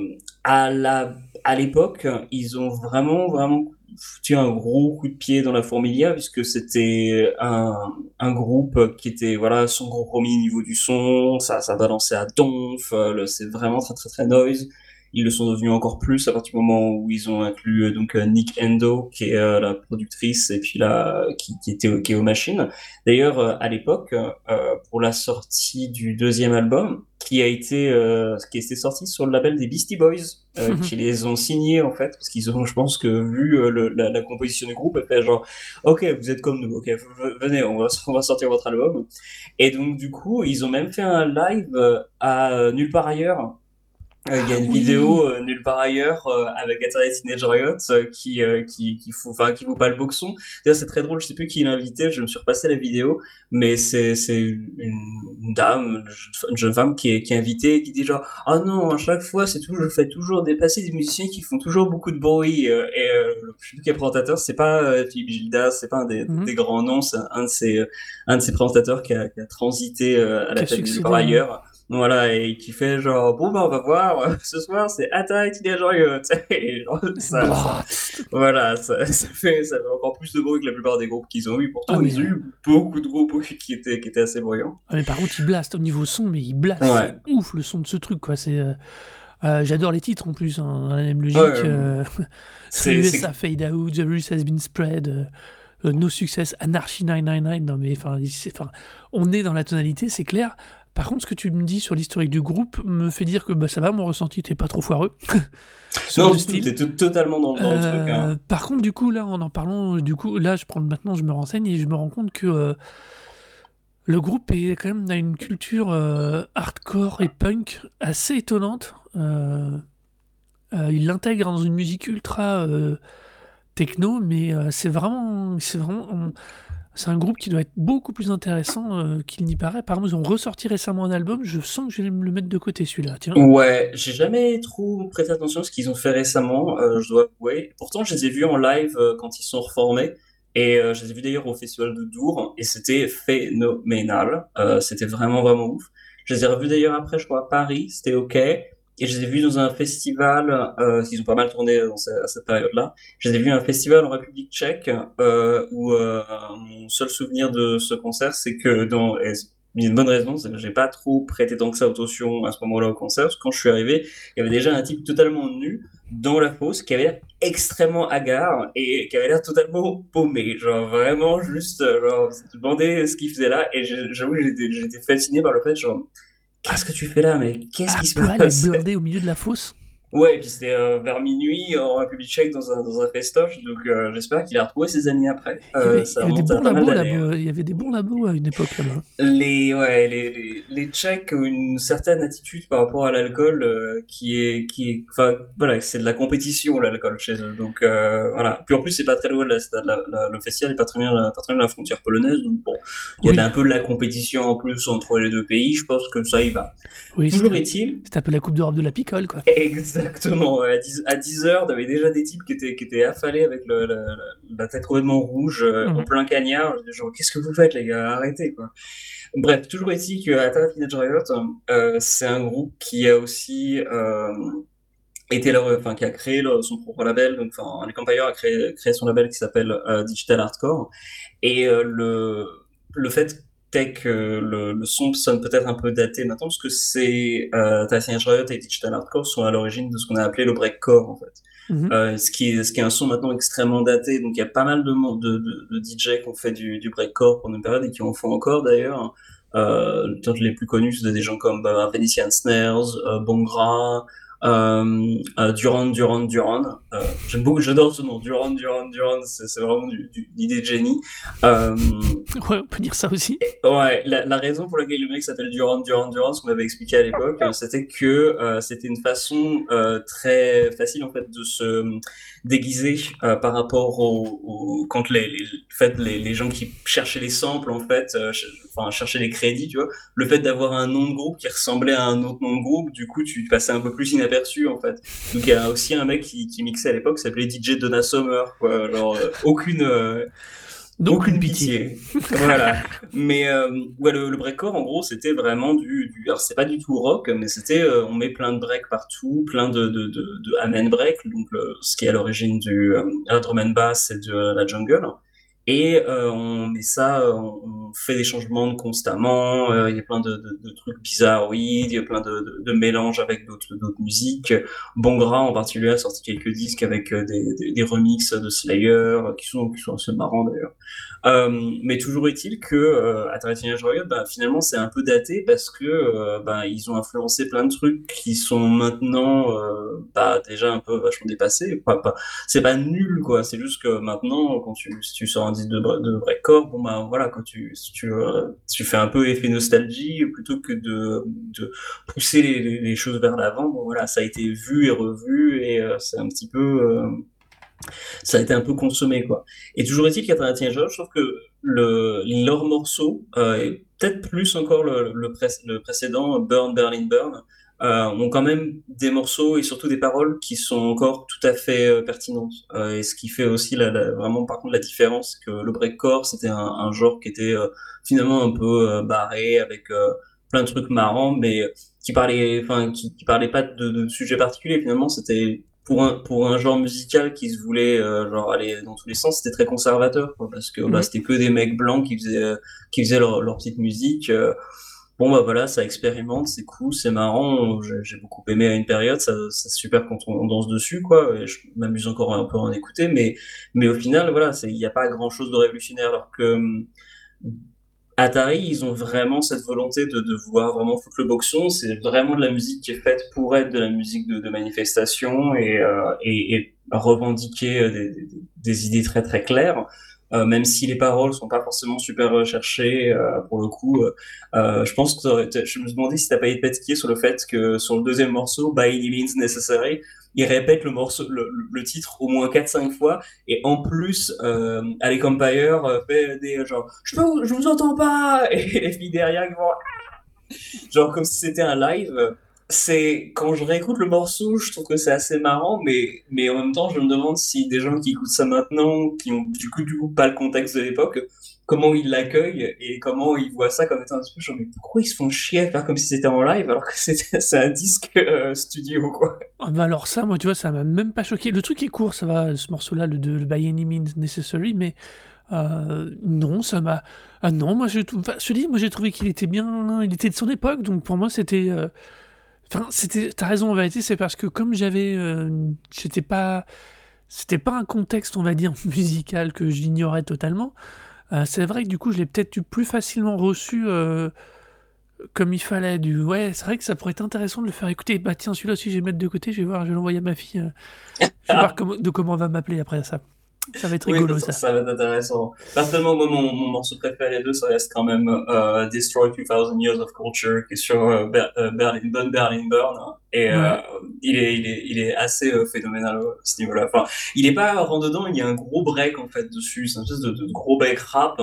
à l'époque, ils ont vraiment foutu un gros coup de pied dans la fourmilière, puisque c'était un groupe qui était, voilà, son gros premier niveau du son, ça balançait à donf, c'est vraiment très très très noise. Ils le sont devenus encore plus à partir du moment où ils ont inclus donc Nick Endo, qui est la productrice, et puis là, qui est aux machines. D'ailleurs, à l'époque, pour la sortie du deuxième album, qui a été sorti sur le label des Beastie Boys, qui les ont signés en fait, parce qu'ils ont, je pense que vu la composition du groupe, fait genre, ok, vous êtes comme nous, ok, venez, on va sortir votre album. Et donc du coup, ils ont même fait un live à Nulle part ailleurs. Il y a Ah une oui! vidéo nulle part ailleurs avec Atari Teenage Riot qui vaut pas le boxon. D'ailleurs, c'est très drôle, je sais plus qui l'a invité, je me suis repassé la vidéo, mais c'est une dame, une jeune femme qui est invitée et qui dit genre ah non, à chaque fois je fais toujours dépasser des musiciens qui font toujours beaucoup de bruit je sais plus quel présentateur, c'est pas Philippe Gildas, c'est pas un Mhm. des grands noms, c'est un de ces présentateurs qui a transité à Qui la a tête de nulle part succédé, ouais. ailleurs. Voilà, et qui fait genre, bon, bah, on va voir, ce soir, c'est Atari Teenage Riot. Et genre, Bah, voilà, ça fait encore plus de bruit que la plupart des groupes qu'ils ont eu. ah Pourtant, mais, ils ont eu beaucoup de groupes qui étaient assez bruyants. ah mais par contre, il blast au niveau son, mais il blast, c'est Ouais, ouf le son de ce truc, quoi. J'adore les titres en plus, hein, dans la même ouais, logique. c'est, USA Fade Out, The Virus Has Been Spread, No Success, Anarchy 999. Non mais enfin, on est dans la tonalité, c'est clair. Par contre, ce que tu me dis sur l'historique du groupe me fait dire que bah, ça va, mon ressenti, t'es pas trop foireux sur non, le du tout, style. t'es totalement dans le truc, hein. Par contre, du coup, là, en parlant, du coup, là, maintenant, je me renseigne et je me rends compte que le groupe est quand même a une culture hardcore et punk assez étonnante. Il l'intègre dans une musique ultra techno, mais c'est un groupe qui doit être beaucoup plus intéressant qu'il n'y paraît. Par exemple, ils ont ressorti récemment un album. Je sens que je vais me le mettre de côté, celui-là. Tiens. Ouais, j'ai jamais trop prêté attention à ce qu'ils ont fait récemment, je dois avouer. Pourtant, je les ai vus en live quand ils sont reformés. Et je les ai vus d'ailleurs au Festival de Dour, et c'était phénoménal. C'était vraiment ouf. Je les ai revus d'ailleurs après, je crois, à Paris, c'était ok. Et je les ai vus dans un festival, ils ont pas mal tourné à cette période-là. Je les ai vus à un festival en République tchèque, où mon seul souvenir de ce concert, c'est que il y a une bonne raison, c'est que j'ai pas trop prêté tant que ça attention à ce moment-là au concert, parce que quand je suis arrivé, il y avait déjà un type totalement nu dans la fosse qui avait l'air extrêmement hagard et qui avait l'air totalement paumé. Genre vraiment juste, genre, je me demandais ce qu'il faisait là et j'avoue que j'étais fasciné par le fait, genre, qu'est-ce que tu fais là, mais qu'est-ce À qui se poil et passe? blindé au milieu de la fosse. Ouais, et puis c'était vers minuit en République tchèque dans un festoche, donc j'espère qu'il a retrouvé ses amis après. Il Ça y avait des remonte à bons pas mal labos d'années, hein. là-bas. Il y avait des bons labos à une époque là-bas. Les Tchèques ont une certaine attitude par rapport à l'alcool enfin, voilà, c'est de la compétition, l'alcool chez eux. Donc, voilà. Puis en plus, c'est pas très loin, le festival est pas très loin de la frontière polonaise. Donc, bon, il y a Oui, un peu de la compétition en plus entre les deux pays. Je pense que ça y va. oui, Toujours est-il, c'était un peu la Coupe d'Europe de la picole, quoi. exactement, ouais, à 10 heures, t'avais déjà des types qui étaient affalés avec la tête complètement rouge, en Mhm. plein cagnard. Genre, qu'est-ce que vous faites, les gars? Arrêtez, quoi. Bref, toujours est-il que Atari Teenage Riot, c'est un groupe qui a aussi enfin, qui a créé son propre label. Donc, enfin, Nick Empire a créé son label qui s'appelle Digital Hardcore. Et le fait est que le son sonne peut-être un peu daté maintenant, parce que Atari Teenage Riot et Digital Hardcore sont à l'origine de ce qu'on a appelé le breakcore, en fait. ce qui est un son maintenant extrêmement daté. Donc il y a pas mal de DJ qui ont fait du breakcore pendant une période et qui en font encore d'ailleurs. Peut-être les plus connus, c'est des gens comme Venetian Snares, Bongra, Duran. J'adore ce nom, Duran, c'est vraiment l'idée de génie. Ouais, on peut dire ça aussi. Ouais, la raison pour laquelle le mec s'appelle Duran, ce qu'on m'avait expliqué à l'époque, c'était que c'était une façon très facile en fait de se déguiser par rapport quand les gens qui cherchaient les samples en fait, cherchaient les crédits, tu vois, le fait d'avoir un nom de groupe qui ressemblait à un autre nom de groupe, du coup tu passais un peu plus inaperçu en fait. Donc il y a aussi un mec qui mixait à l'époque, qui s'appelait DJ Donna Summer, quoi, genre aucune pitié. Voilà. Mais ouais, le breakcore, en gros, c'était vraiment alors c'est pas du tout rock, mais c'était on met plein de breaks partout, plein de amen break, donc ce qui est à l'origine du drum and bass et de la jungle. Et on met ça, on fait des changements constamment. Il y a plein de trucs bizarroïdes, il y a plein de mélanges avec d'autres musiques. Bongra en particulier a sorti quelques disques avec des remixes de Slayer qui sont assez marrants d'ailleurs. Mais toujours est-il que Atari Teenage Riot, finalement, c'est un peu daté parce que ils ont influencé plein de trucs qui sont maintenant déjà un peu vachement dépassés. C'est pas nul, quoi. C'est juste que maintenant, si tu sors un disque de breakcore, bon voilà, quand tu fais un peu effet nostalgie plutôt que de pousser les choses vers l'avant. Bon voilà, ça a été vu et revu et c'est un petit peu ça a été un peu consommé, quoi. Et toujours est-il qu'à Teenage Riot, je trouve que leur morceau, et peut-être plus encore le précédent, Burn, Berlin, Burn, ont quand même des morceaux et surtout des paroles qui sont encore tout à fait pertinentes. Et ce qui fait aussi vraiment, par contre, la différence, que le breakcore, c'était un genre qui était finalement un peu barré, avec plein de trucs marrants, mais qui parlait pas de sujets particuliers. Finalement, c'était pour un genre musical qui se voulait genre aller dans tous les sens, c'était très conservateur, quoi, parce que c'était que des mecs blancs qui faisaient leur petite musique. Bon voilà, ça expérimente, c'est cool, c'est marrant. J'ai beaucoup aimé à une période, c'est super quand on danse dessus, quoi. Et je m'amuse encore un peu à en écouter, mais au final, voilà, il n'y a pas grand-chose de révolutionnaire, alors que Atari, ils ont vraiment cette volonté de vouloir vraiment foutre le boxon. C'est vraiment de la musique qui est faite pour être de la musique de manifestation et revendiquer des idées très très claires. Même si les paroles sont pas forcément super recherchées, pour le coup, je pense que je me demandais si t'as pas été fatigué sur le fait que sur le deuxième morceau, By Any Means Necessary, il répète le titre au moins 4-5 fois, et en plus, Alec Empire fait des genre, je vous entends pas, et les filles derrière qui vont, genre comme si c'était un live. C'est quand je réécoute le morceau, je trouve que c'est assez marrant, mais en même temps, je me demande si des gens qui écoutent ça maintenant, qui ont du coup pas le contexte de l'époque, comment ils l'accueillent et comment ils voient ça comme étant un petit peu genre, mais pourquoi ils se font chier à faire comme si c'était en live alors que c'est un disque studio, quoi. Ah bah alors ça, moi, tu vois, ça m'a même pas choqué. Le truc est court, ça va, ce morceau-là, le By Any Means Necessary, mais non, ça m'a... Ah non, moi, je te dis, moi, j'ai trouvé qu'il était bien... Il était de son époque, donc pour moi, c'était... Enfin, t'as raison, en vérité, c'est parce que comme c'était pas un contexte, on va dire, musical que j'ignorais totalement. C'est vrai que du coup, je l'ai peut-être eu plus facilement reçu comme il fallait. Ouais, c'est vrai que ça pourrait être intéressant de le faire écouter. Bah tiens, celui-là aussi, je vais le mettre de côté, je vais l'envoyer à ma fille. Je vais voir comment on va m'appeler après ça. Ça va être Oui, rigolo, ça. ça va être intéressant. Personnellement, moi, mon morceau préféré d'eux, ça reste quand même Destroy 2000 Years of Culture, qui est sur Berlin Burn. Hein. Et Ouais. il est assez phénoménal à ce niveau-là. Enfin, il est pas rentre dedans, il y a un gros break en fait dessus, c'est une espèce de gros break rap.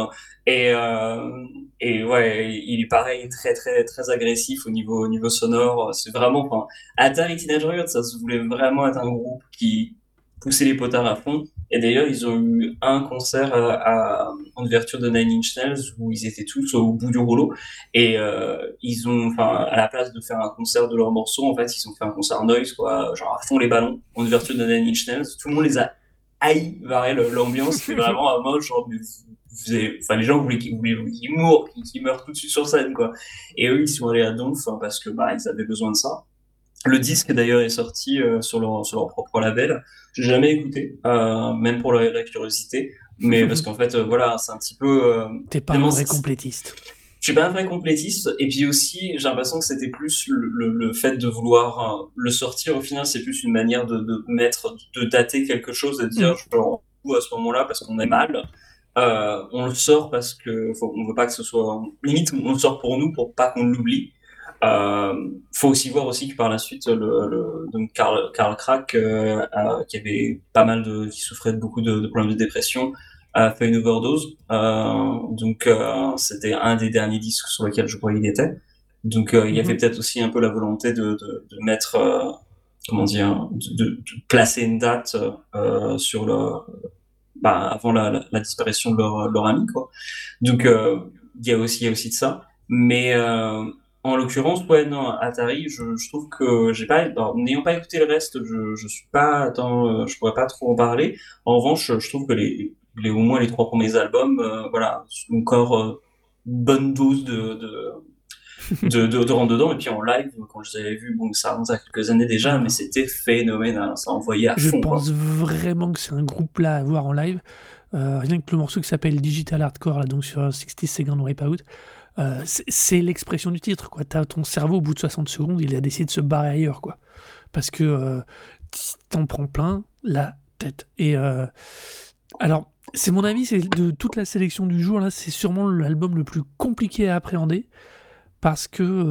Et ouais, il est pareil, très très très agressif au niveau sonore. C'est vraiment, enfin, Atari Teenage Riot, ça se voulait vraiment être un groupe qui poussait les potards à fond. Et d'ailleurs, ils ont eu un concert en ouverture de Nine Inch Nails où ils étaient tous au bout du rouleau. Et à la place de faire un concert de leurs morceaux, en fait, ils ont fait un concert noise, quoi, genre à fond les ballons, en ouverture de Nine Inch Nails. Tout le monde les a haïs, l'ambiance, c'était vraiment à mode, genre, mais les gens voulaient qu'ils meurent tout de suite sur scène, quoi. Et eux, ils sont allés à Donf, hein, parce que, ils avaient besoin de ça. Le disque d'ailleurs est sorti sur leur propre label. J'ai jamais écouté, même pour la curiosité, mais parce qu'en fait, voilà, c'est un petit peu. T'es pas un vrai complétiste. Je suis pas un vrai complétiste, et puis aussi, j'ai l'impression que c'était plus le fait de vouloir le sortir. Au final, c'est plus une manière de dater quelque chose, et de dire, genre, à ce moment-là, parce qu'on est mal. On le sort parce que on veut pas que ce soit limite, on le sort pour nous, pour pas qu'on l'oublie. Faut aussi voir aussi que par la suite donc Karl Krak qui avait pas mal qui souffrait de beaucoup de problèmes de dépression, a fait une overdose. Donc c'était un des derniers disques sur lesquels je crois qu'il était. Donc il y avait peut-être aussi un peu la volonté de mettre comment dire, de placer une date sur avant la disparition de leur ami, quoi. Donc il y a aussi de ça, mais en l'occurrence, ouais, non, Atari, je trouve que j'ai pas, alors, n'ayant pas écouté le reste, je suis pas, je pourrais pas trop en parler. En revanche, je trouve que au moins les 3 premiers albums, voilà, encore bonne dose de rentre dedans. Et puis en live, quand je les avais vus, bon, ça remonte à quelques années déjà, mais c'était phénoménal, ça envoyait à fond. Je pense vraiment que c'est un groupe là à voir en live. Rien que le morceau qui s'appelle Digital Hardcore, là, donc sur 60 Second Wipeout, c'est l'expression du titre, quoi. T'as ton cerveau, au bout de 60 secondes, il a décidé de se barrer ailleurs, quoi. Parce que t'en prends plein la tête. Et alors, c'est mon avis, c'est de toute la sélection du jour, là, c'est sûrement l'album le plus compliqué à appréhender. Parce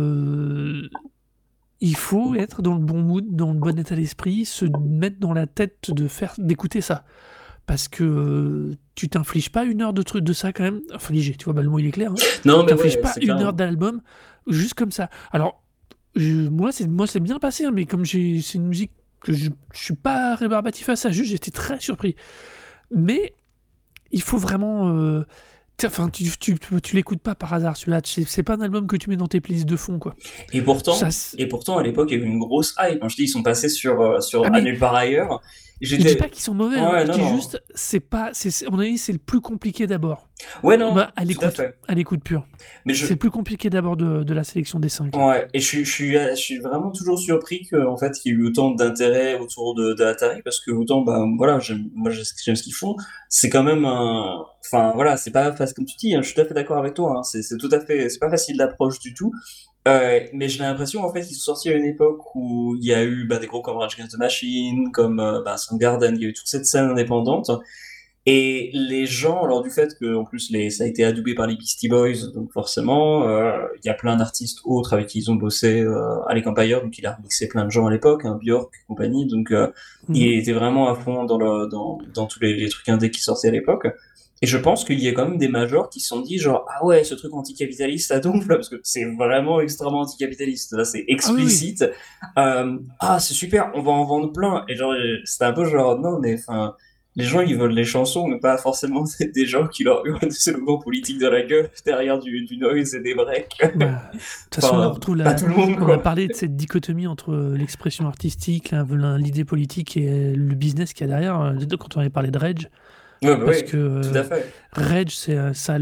que il faut être dans le bon mood, dans le bon état d'esprit, se mettre dans la tête d'écouter ça. Parce que tu t'infliges pas 1 heure de ça quand même. Infliger, tu vois, le mot il est clair. Hein. Non, tu mais t'infliges ouais, pas 1 heure d'album juste comme ça. Alors, moi c'est bien passé, hein, mais comme c'est une musique que je suis pas rébarbatif à ça, juste j'étais très surpris. Mais il faut vraiment... Enfin, tu l'écoutes pas par hasard, celui-là. C'est pas un album que tu mets dans tes playlists de fond, quoi. Et pourtant, à l'époque, il y a eu une grosse hype. Je dis, ils sont passés sur À nulle part ailleurs. Je dis pas qu'ils sont mauvais, je dis juste, à mon avis, c'est le plus compliqué d'abord. Ouais, non, à l'écoute pure. C'est le plus compliqué d'abord de la sélection des 5. Ouais, et je suis vraiment toujours surpris qu'en fait, il y ait eu autant d'intérêt autour de Atari, parce que autant, voilà, j'aime ce qu'ils font. C'est quand même enfin, voilà, c'est pas facile, comme tu dis, je suis tout à fait d'accord avec toi, c'est pas facile d'approche du tout. Mais j'ai l'impression en fait qu'ils sont sortis à une époque où il y a eu des gros comme Rage Against the Machine, comme Soundgarden, il y a eu toute cette scène indépendante, et les gens, alors du fait que en plus ça a été adoubé par les Beastie Boys, donc forcément il y a plein d'artistes autres avec qui ils ont bossé, Alec Empire, donc il a remixé plein de gens à l'époque, Björk et compagnie, donc il était vraiment à fond dans tous les trucs indés qui sortaient à l'époque. Et je pense qu'il y a quand même des majors qui se sont dit genre, ah ouais, ce truc anticapitaliste ça donfle, parce que c'est vraiment extrêmement anticapitaliste, là c'est explicite. C'est super, on va en vendre plein. Et genre c'était un peu genre, non mais enfin, les gens ils veulent les chansons, mais pas forcément des gens qui leur hurlent des slogans politiques dans la gueule derrière du noise et des breaks. De toute façon, on retrouve on a parlé de cette dichotomie entre l'expression artistique, l'idée politique et le business qu'il y a derrière, quand on avait parlé de Rage. Parce que tout à fait. Rage, c'est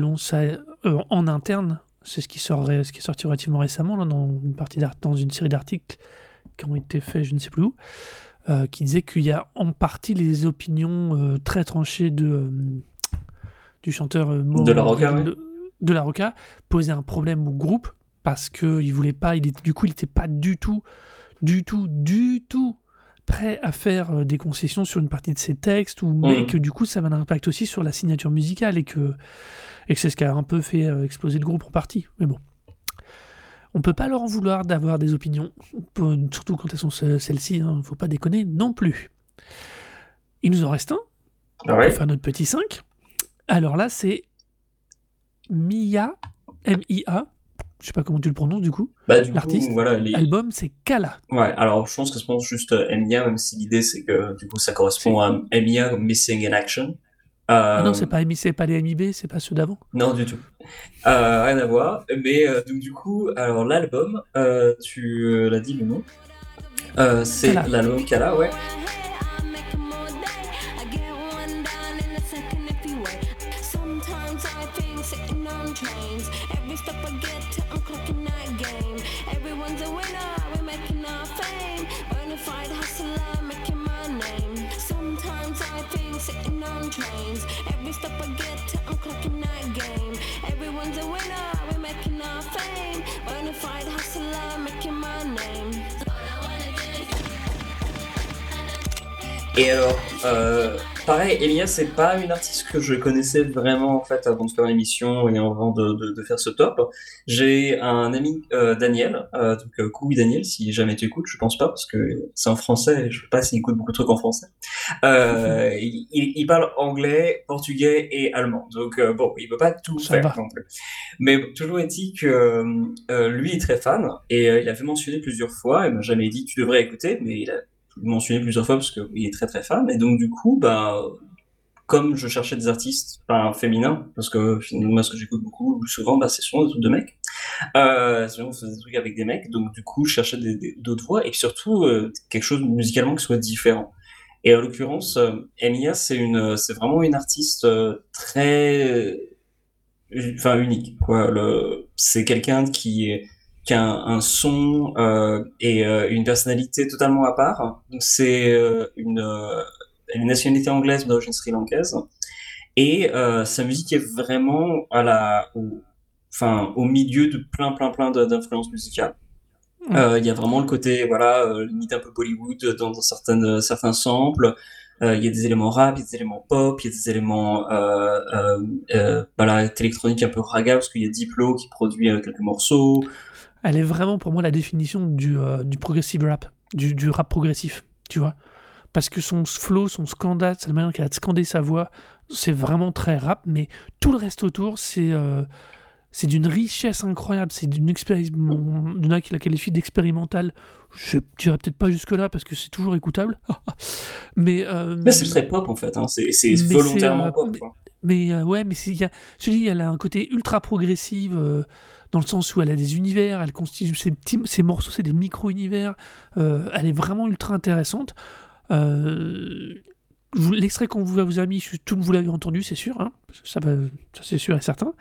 en interne, c'est ce qui est sorti relativement récemment là, dans une série d'articles qui ont été faits, je ne sais plus où, qui disait qu'il y a en partie les opinions très tranchées du chanteur de la Rocca, de la Rocca posaient un problème au groupe parce que il voulait pas, du coup, il n'était pas du tout prêt à faire des concessions sur une partie de ses textes, mais que du coup ça avait un impact aussi sur la signature musicale et que c'est ce qui a un peu fait exploser le groupe en partie. Mais bon, on peut pas leur en vouloir d'avoir des opinions, surtout quand elles sont celles-ci, faut pas déconner non plus. Il nous en reste un pour faire notre petit 5. Alors là c'est Mia, M-I-A, je sais pas comment tu le prononces du coup. L'artiste, l'album c'est Kala. Ouais, alors je pense que c'est juste Mia, même si l'idée c'est que du coup ça correspond à Mia, Missing in Action. Non, c'est pas les MIB, c'est pas ceux d'avant. Non, du tout. Rien à voir. Mais donc du coup, alors l'album, tu l'as dit le nom, c'est l'album Kala, ouais. a second if you wait. Sometimes I think sitting on trains. Every stop I get to, I'm clocking that game. Everyone's a winner, we're making our fame. Bonafide hustler, making my name. Sometimes I think sitting on trains. Every stop I get to, I'm clocking that game. Everyone's a winner, we're making our fame. Bonafide hustler, making my name. Et alors, pareil, Emilia, c'est pas une artiste que je connaissais vraiment en fait avant de faire l'émission et avant de faire ce top. J'ai un ami, Daniel, donc coucou Daniel, si jamais tu écoutes, je pense pas parce que c'est en français et je sais pas s'il écoute beaucoup de trucs en français. Il parle anglais, portugais et allemand, donc bon, il peut pas tout Ça faire va. non plus. Mais toujours est-il que lui est très fan et il avait mentionné plusieurs fois, il m'a jamais dit tu devrais écouter, mais il a mentionné plusieurs fois parce qu'il est très très fan et donc du coup bah comme je cherchais des artistes féminins parce que finalement moi ce que j'écoute beaucoup souvent bah c'est souvent des trucs de mecs souvent on faisait des trucs avec des mecs donc du coup je cherchais d'autres voix et surtout quelque chose musicalement qui soit différent et en l'occurrence Emilia c'est vraiment une artiste très unique quoi c'est quelqu'un qui a un son et une personnalité totalement à part. Donc c'est une nationalité anglaise mais d'origine sri-lankaise et sa musique est vraiment au milieu de plein d'influences musicales. Il y a vraiment le côté limite un peu Bollywood dans certains samples. Il y a des éléments rap, il y a des éléments pop, il y a des éléments électronique un peu raga parce qu'il y a Diplo qui produit quelques morceaux. Elle est vraiment pour moi la définition du progressive rap, du rap progressif, tu vois. Parce que son flow, son scandale, c'est la manière qu'elle a de scander sa voix, c'est vraiment très rap, mais tout le reste autour, c'est d'une richesse incroyable, c'est d'une expérience, il y en a qui la qualifient d'expérimentale, je dirais peut-être pas jusque-là, parce que c'est toujours écoutable, mais C'est très pop en fait, hein. C'est mais volontairement pop, quoi. ouais, mais je dis, elle a un côté ultra progressif, dans le sens où elle a des univers, elle constitue ses morceaux, c'est des micro-univers, elle est vraiment ultra intéressante. L'extrait qu'on vous a mis, tout vous l'avez entendu, c'est sûr, hein, ça c'est sûr et certain.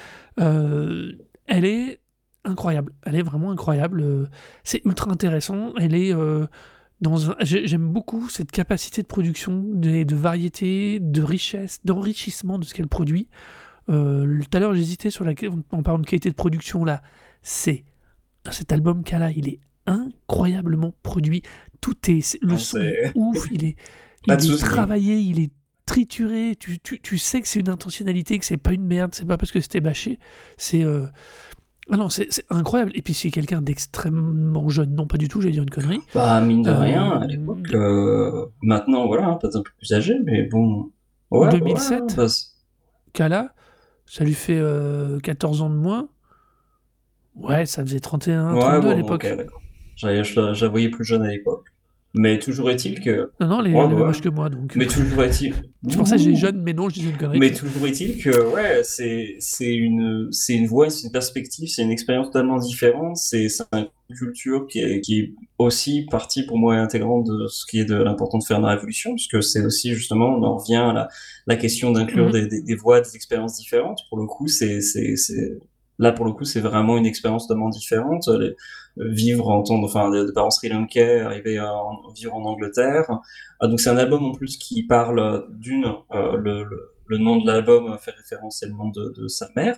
Elle est incroyable, elle est vraiment incroyable, c'est ultra intéressant, elle est j'aime beaucoup cette capacité de production, de variété, de richesse, d'enrichissement de ce qu'elle produit. Tout à l'heure j'hésitais en parlant de qualité de production là, cet album qu'elle a, il est incroyablement produit, le son est ouf, il est travaillé, il est trituré, tu sais que c'est une intentionnalité, que c'est pas une merde, c'est pas parce que c'était bâché, c'est incroyable. Et puis c'est quelqu'un d'extrêmement jeune, non pas du tout, j'allais dire une connerie. Bah mine de rien, à l'époque, maintenant voilà, peut-être un peu plus âgé, mais bon. 2007, Kala, ça lui fait 14 ans de moins. Ouais, ça faisait 31, 32 à l'époque. Ok, d'accord. Je la voyais plus jeune à l'époque. Mais toujours est-il que... Non, elle est même âge que moi, donc... Mais toujours est-il... Je pensais que j'ai jeune, mais non, je disais une connerie. Mais toujours est-il que, c'est une voix, c'est une perspective, c'est une expérience totalement différente, c'est une culture qui est aussi partie, pour moi, intégrante de ce qui est de l'important de faire une révolution, puisque c'est aussi, justement, on en revient à la question d'inclure des voix, des expériences différentes. Pour le coup, là, pour le coup, c'est vraiment une expérience totalement différente. Vivre de parents sri-lankais, arriver à vivre en Angleterre. Donc c'est un album en plus qui parle le nom de l'album fait référence au nom de sa mère.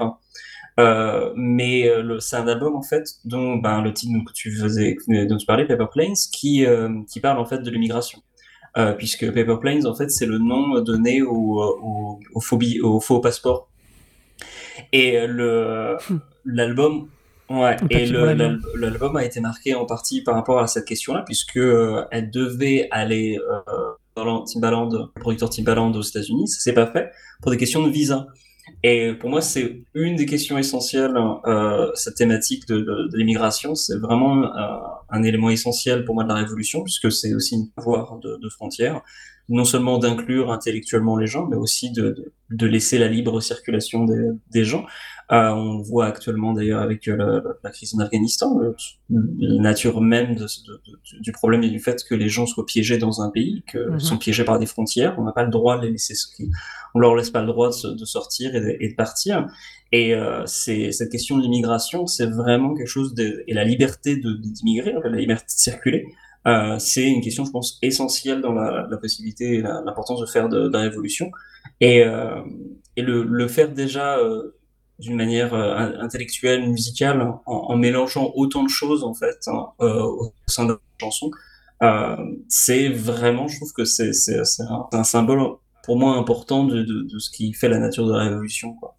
Mais c'est un album en fait dont le titre dont tu parlais, Paper Planes, qui parle en fait de l'immigration. Puisque Paper Planes en fait c'est le nom donné au faux passeport. Et l'album l'album a été marqué en partie par rapport à cette question-là, puisque elle devait aller dans Timbaland, le producteur Timbaland aux États-Unis, ça s'est pas fait pour des questions de visa. Et pour moi, c'est une des questions essentielles. Cette thématique de l'immigration, c'est vraiment un élément essentiel pour moi de la révolution, puisque c'est aussi une voie de frontières. non seulement d'inclure intellectuellement les gens, mais aussi de laisser la libre circulation des gens. On voit actuellement d'ailleurs avec la crise en Afghanistan, la nature même du problème et du fait que les gens soient piégés dans un pays, que sont piégés par des frontières, on n'a pas le droit de les laisser, on leur laisse pas le droit de sortir et de partir. Et c'est cette question de l'immigration, c'est vraiment quelque chose et la liberté d'immigrer, la liberté de circuler. C'est une question, je pense, essentielle dans la possibilité et l'importance de faire de la révolution. Et le faire déjà d'une manière intellectuelle, musicale, en mélangeant autant de choses en fait au sein de la chanson, c'est vraiment, je trouve que c'est un symbole pour moi important de ce qui fait la nature de la révolution, quoi.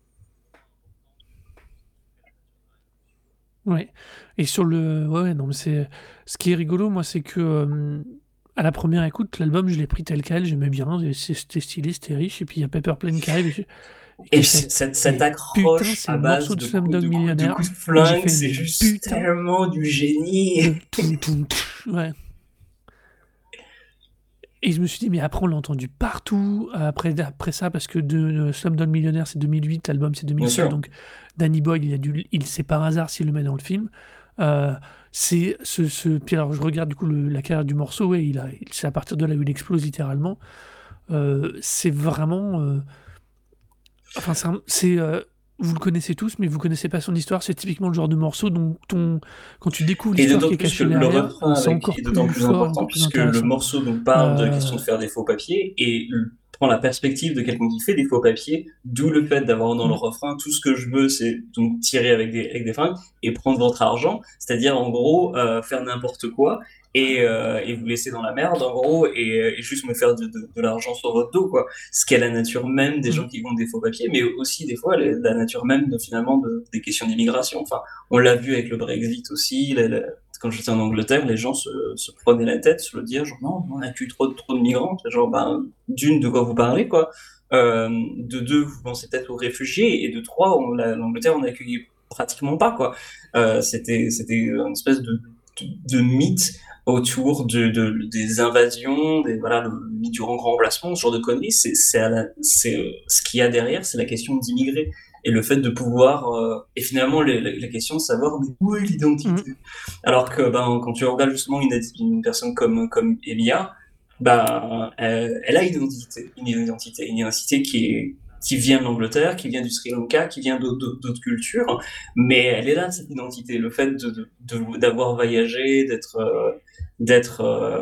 Ouais. Et sur le. Ouais, non, mais c'est. Ce qui est rigolo, moi, c'est que. À la première écoute, l'album, je l'ai pris tel quel, j'aimais bien, c'était stylé, c'était riche, et puis il y a Pepper Plane qui arrive, Et qui fait. cette Mais putain, accroche c'est à le morceau base de de Slumdog de Millionnaire. coups de Et j'ai flingue, fait, c'est mais juste putain tellement du génie. de ouais. Et je me suis dit, mais après, on l'a entendu partout. Après ça, parce que de Slumdog Millionnaire, c'est 2008, l'album, c'est Bien 2007. sûr. Donc, Danny Boyle, c'est par hasard s'il le met dans le film. C'est puis alors, je regarde du coup la carrière du morceau. Ouais, c'est à partir de là où il explose littéralement. C'est vraiment. Enfin, vous le connaissez tous, mais vous connaissez pas son histoire. C'est typiquement le genre de morceau dont quand tu découvres Et l'histoire d'autant qui est plus que cachée le derrière, refrain c'est encore est d'autant plus plus fort et important encore plus puisque le intéressant. morceau donc parle de la question de Euh, faire des faux papiers et prend la perspective de quelqu'un qui fait des faux papiers, d'où le fait d'avoir dans le mm, refrain tout ce que je veux, c'est donc tirer avec des fringues et prendre votre argent, c'est-à-dire en gros faire n'importe quoi et vous laisser dans la merde en gros et juste me faire de l'argent sur votre dos quoi. Ce qui est la nature même des gens mm, qui vendent des faux papiers, mais aussi des fois la nature même finalement des questions d'immigration. Enfin, on l'a vu avec le Brexit aussi. Quand j'étais en Angleterre, les gens se prenaient la tête sur le dire, genre non, on a eu trop de migrants. Genre, ben, d'une, de quoi vous parlez, quoi. De deux, vous pensez peut-être aux réfugiés. Et de trois, l'Angleterre, on a accueilli pratiquement pas, quoi. C'était une espèce de mythe autour des invasions, voilà, le mythe du grand remplacement, ce genre de conneries. Ce qu'il y a derrière, c'est la question d'immigrés et le fait de pouvoir et finalement la question de savoir où est mm. l'identité. Alors que ben quand tu regardes justement une personne comme Elia, bah elle a une identité qui vient de l'Angleterre, qui vient du Sri Lanka, qui vient d'autres cultures, mais elle est là cette identité, le fait d'avoir voyagé, d'être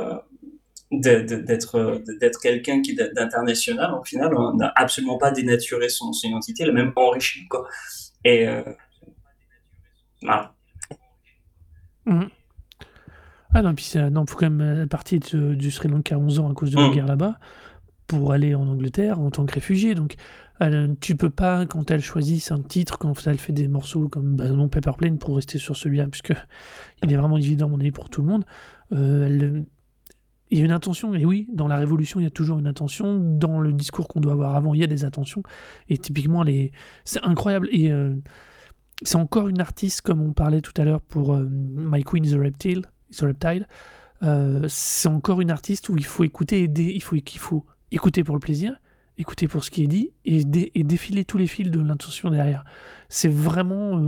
d'être quelqu'un qui est d'international, au final, on n'a absolument pas dénaturé son identité, elle a même enrichi, quoi. Et voilà. Mm. Ah non, puis non, faut quand même partir du Sri Lanka à 11 ans à cause de la guerre là-bas pour aller en Angleterre en tant que réfugié. Donc, tu peux pas, quand elle choisit un titre, quand elle fait des morceaux comme non Pepper Plane, pour rester sur celui-là, puisque il est vraiment évident, à mon avis, pour tout le monde. Il y a une intention, et oui, dans la révolution, il y a toujours une intention. Dans le discours qu'on doit avoir avant, il y a des intentions. Et typiquement, c'est incroyable. Et c'est encore une artiste, comme on parlait tout à l'heure pour My Queen is a Reptile. C'est encore une artiste où il faut écouter qu'il faut écouter pour le plaisir, écouter pour ce qui est dit et défiler tous les fils de l'intention derrière. C'est vraiment,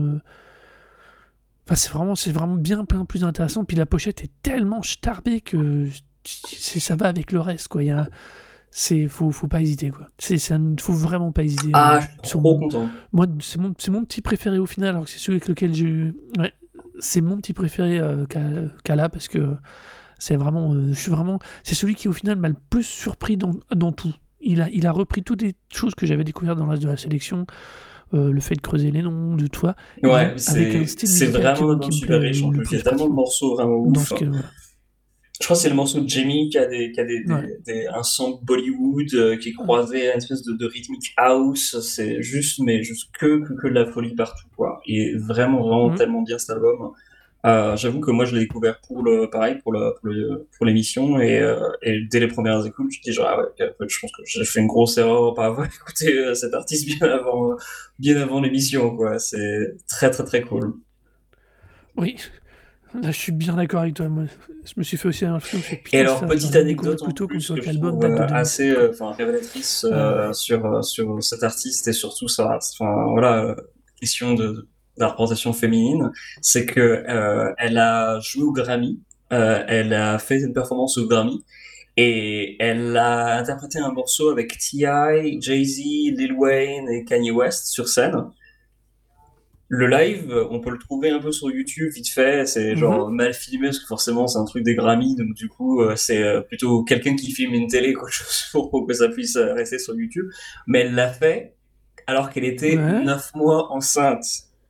c'est vraiment bien plein plus intéressant. Puis la pochette est tellement starbée que ça va avec le reste, quoi. Faut pas hésiter, quoi. Faut vraiment pas hésiter. Ah, je suis trop content. Moi, c'est mon petit préféré au final, alors que c'est celui avec lequel ouais, c'est mon petit préféré Kala parce que c'est vraiment, c'est celui qui au final m'a le plus surpris dans tout. Il a repris toutes les choses que j'avais découvertes dans le reste de la sélection, le fait de creuser les noms, de toi, Ouais, avec un style c'est musical vraiment qui me super plaît riche en le plus. Il y plus a tellement de pratiquement. morceaux vraiment Dans ouf. ce que, voilà. Je crois que c'est le morceau de Jamie qui a Ouais. un son Bollywood qui est croisé à une espèce de rythmique house. C'est juste, mais juste que de la folie partout, quoi. Et vraiment Mm. tellement bien cet album. J'avoue que moi je l'ai découvert pareil pour l'émission et dès les premières écoutes je dis genre ah ouais, en fait, je pense que j'ai fait une grosse erreur pas avoir écouté cet artiste bien avant l'émission quoi. C'est très très très cool. Oui. Là, je suis bien d'accord avec toi. Moi, je me suis fait aussi un film. Et alors, petite anecdote en plutôt plus sur que je l'album trouve date de assez 2007. révélatrice Ouais. sur cet artiste et surtout sa, enfin, voilà, question de la représentation féminine, c'est que elle a joué au Grammy, elle a fait une performance au Grammy et elle a interprété un morceau avec T.I., Jay-Z, Lil Wayne et Kanye West sur scène. Le live, on peut le trouver un peu sur YouTube, vite fait. C'est Mhm. genre mal filmé parce que forcément c'est un truc des Grammy, donc du coup c'est plutôt quelqu'un qui filme une télé qu'autre chose pour que ça puisse rester sur YouTube. Mais elle l'a fait alors qu'elle était Ouais. 9 mois enceinte.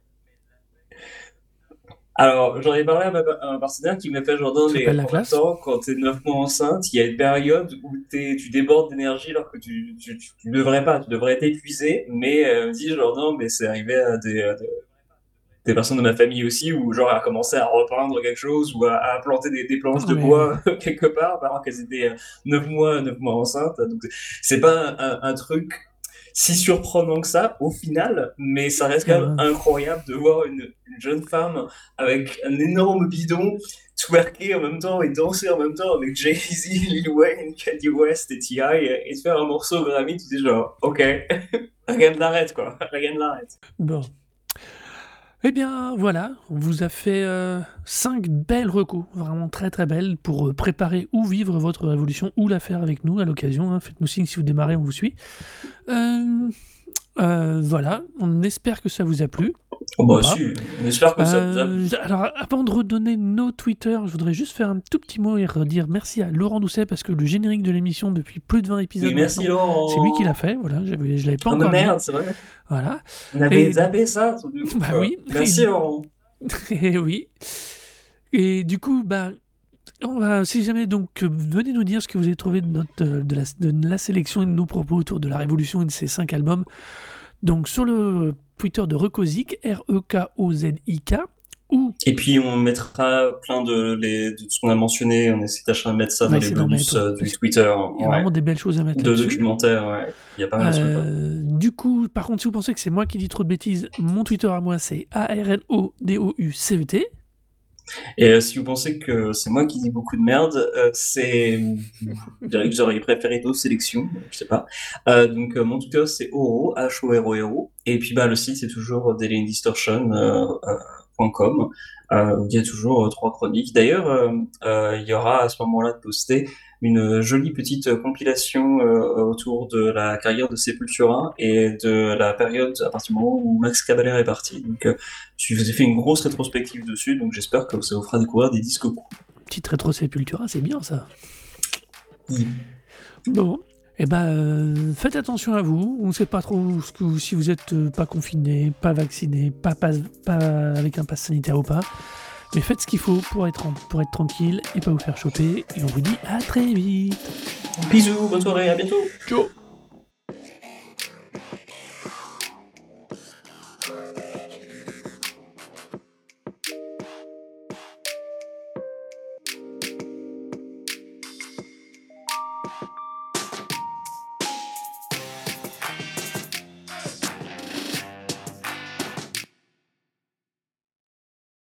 Alors j'en ai parlé à un partenaire qui m'a fait genre non Ça mais s'appelle la en même classe. temps quand t'es 9 mois enceinte, il y a une période où tu débordes d'énergie alors que tu devrais pas, tu devrais être épuisé. Mais elle me dit genre non mais c'est arrivé à des personnes de ma famille aussi, où genre à commencer à repeindre quelque chose ou à planter des planches Non, de mais bois quelque part, alors qu'elles étaient 9 mois enceintes. Donc c'est pas un truc si surprenant que ça au final, mais ça reste quand même euh, incroyable de voir une jeune femme avec un énorme bidon twerker en même temps et danser en même temps avec Jay-Z, Lil Wayne, Kanye West et T.I. et de faire un morceau Grammy, tu dis genre ok, rien ne l'arrête quoi, rien ne l'arrête. bon. Eh bien, voilà, on vous a fait 5 belles recos, vraiment très très belles, pour préparer ou vivre votre révolution ou la faire avec nous à l'occasion. Hein. Faites-nous signe si vous démarrez, on vous suit. Euh, voilà, on espère que ça vous a plu, Oh ou bah pas. si, on espère que ça vous a Alors, avant de redonner nos Twitter, je voudrais juste faire un tout petit mot et redire merci à Laurent Doucet, parce que le générique de l'émission, depuis plus de 20 Oui, épisodes merci maintenant, c'est lui qui l'a Laurent. fait. Voilà, je l'avais pas Oh mais encore dit. merde, c'est vrai. Voilà. On avait Et zappé ça, truc de ouf. bah oui, Merci Laurent. et oui. Et du coup, bah, si jamais donc, venez nous dire ce que vous avez trouvé de de la sélection et de nos propos autour de la Révolution et de ces 5 albums. Donc sur le Twitter de Rekozik, Rekozik, ou Et puis on mettra plein de ce qu'on a mentionné, on essaie de mettre ça on va dans les essayer d'en bonus mettre, ouais, du parce Twitter, qu'il y a ouais. vraiment des belles choses à mettre De là-dessus. documentaires, ouais. Il y a pas mal de trucs, ouais. Du coup, par contre, si vous pensez que c'est moi qui dis trop de bêtises, mon Twitter à moi c'est ARNODOUCET. Et si vous pensez que c'est moi qui dis beaucoup de merde, je dirais que j'aurais préféré d'autres sélections, je sais pas. Donc mon Twitter c'est Oro, H-O-R-O-R-O, et puis bah le site c'est toujours dailyindistortion.com, où il y a toujours 3 chroniques. D'ailleurs, il y aura à ce moment-là de poster une jolie petite compilation autour de la carrière de Sepultura et de la période à partir du moment où Max Cavalera est parti. Donc je vous ai fait une grosse rétrospective dessus, donc j'espère que ça vous fera découvrir des disques cool. Petite rétro Sepultura, c'est bien ça. Oui. Bon, eh ben, faites attention à vous. On ne sait pas trop si vous êtes pas confiné, pas vacciné, pas avec un pass sanitaire ou pas. Mais faites ce qu'il faut pour être tranquille et pas vous faire choper. Et on vous dit à très vite. Bisous, bonne soirée, à bientôt. Ciao.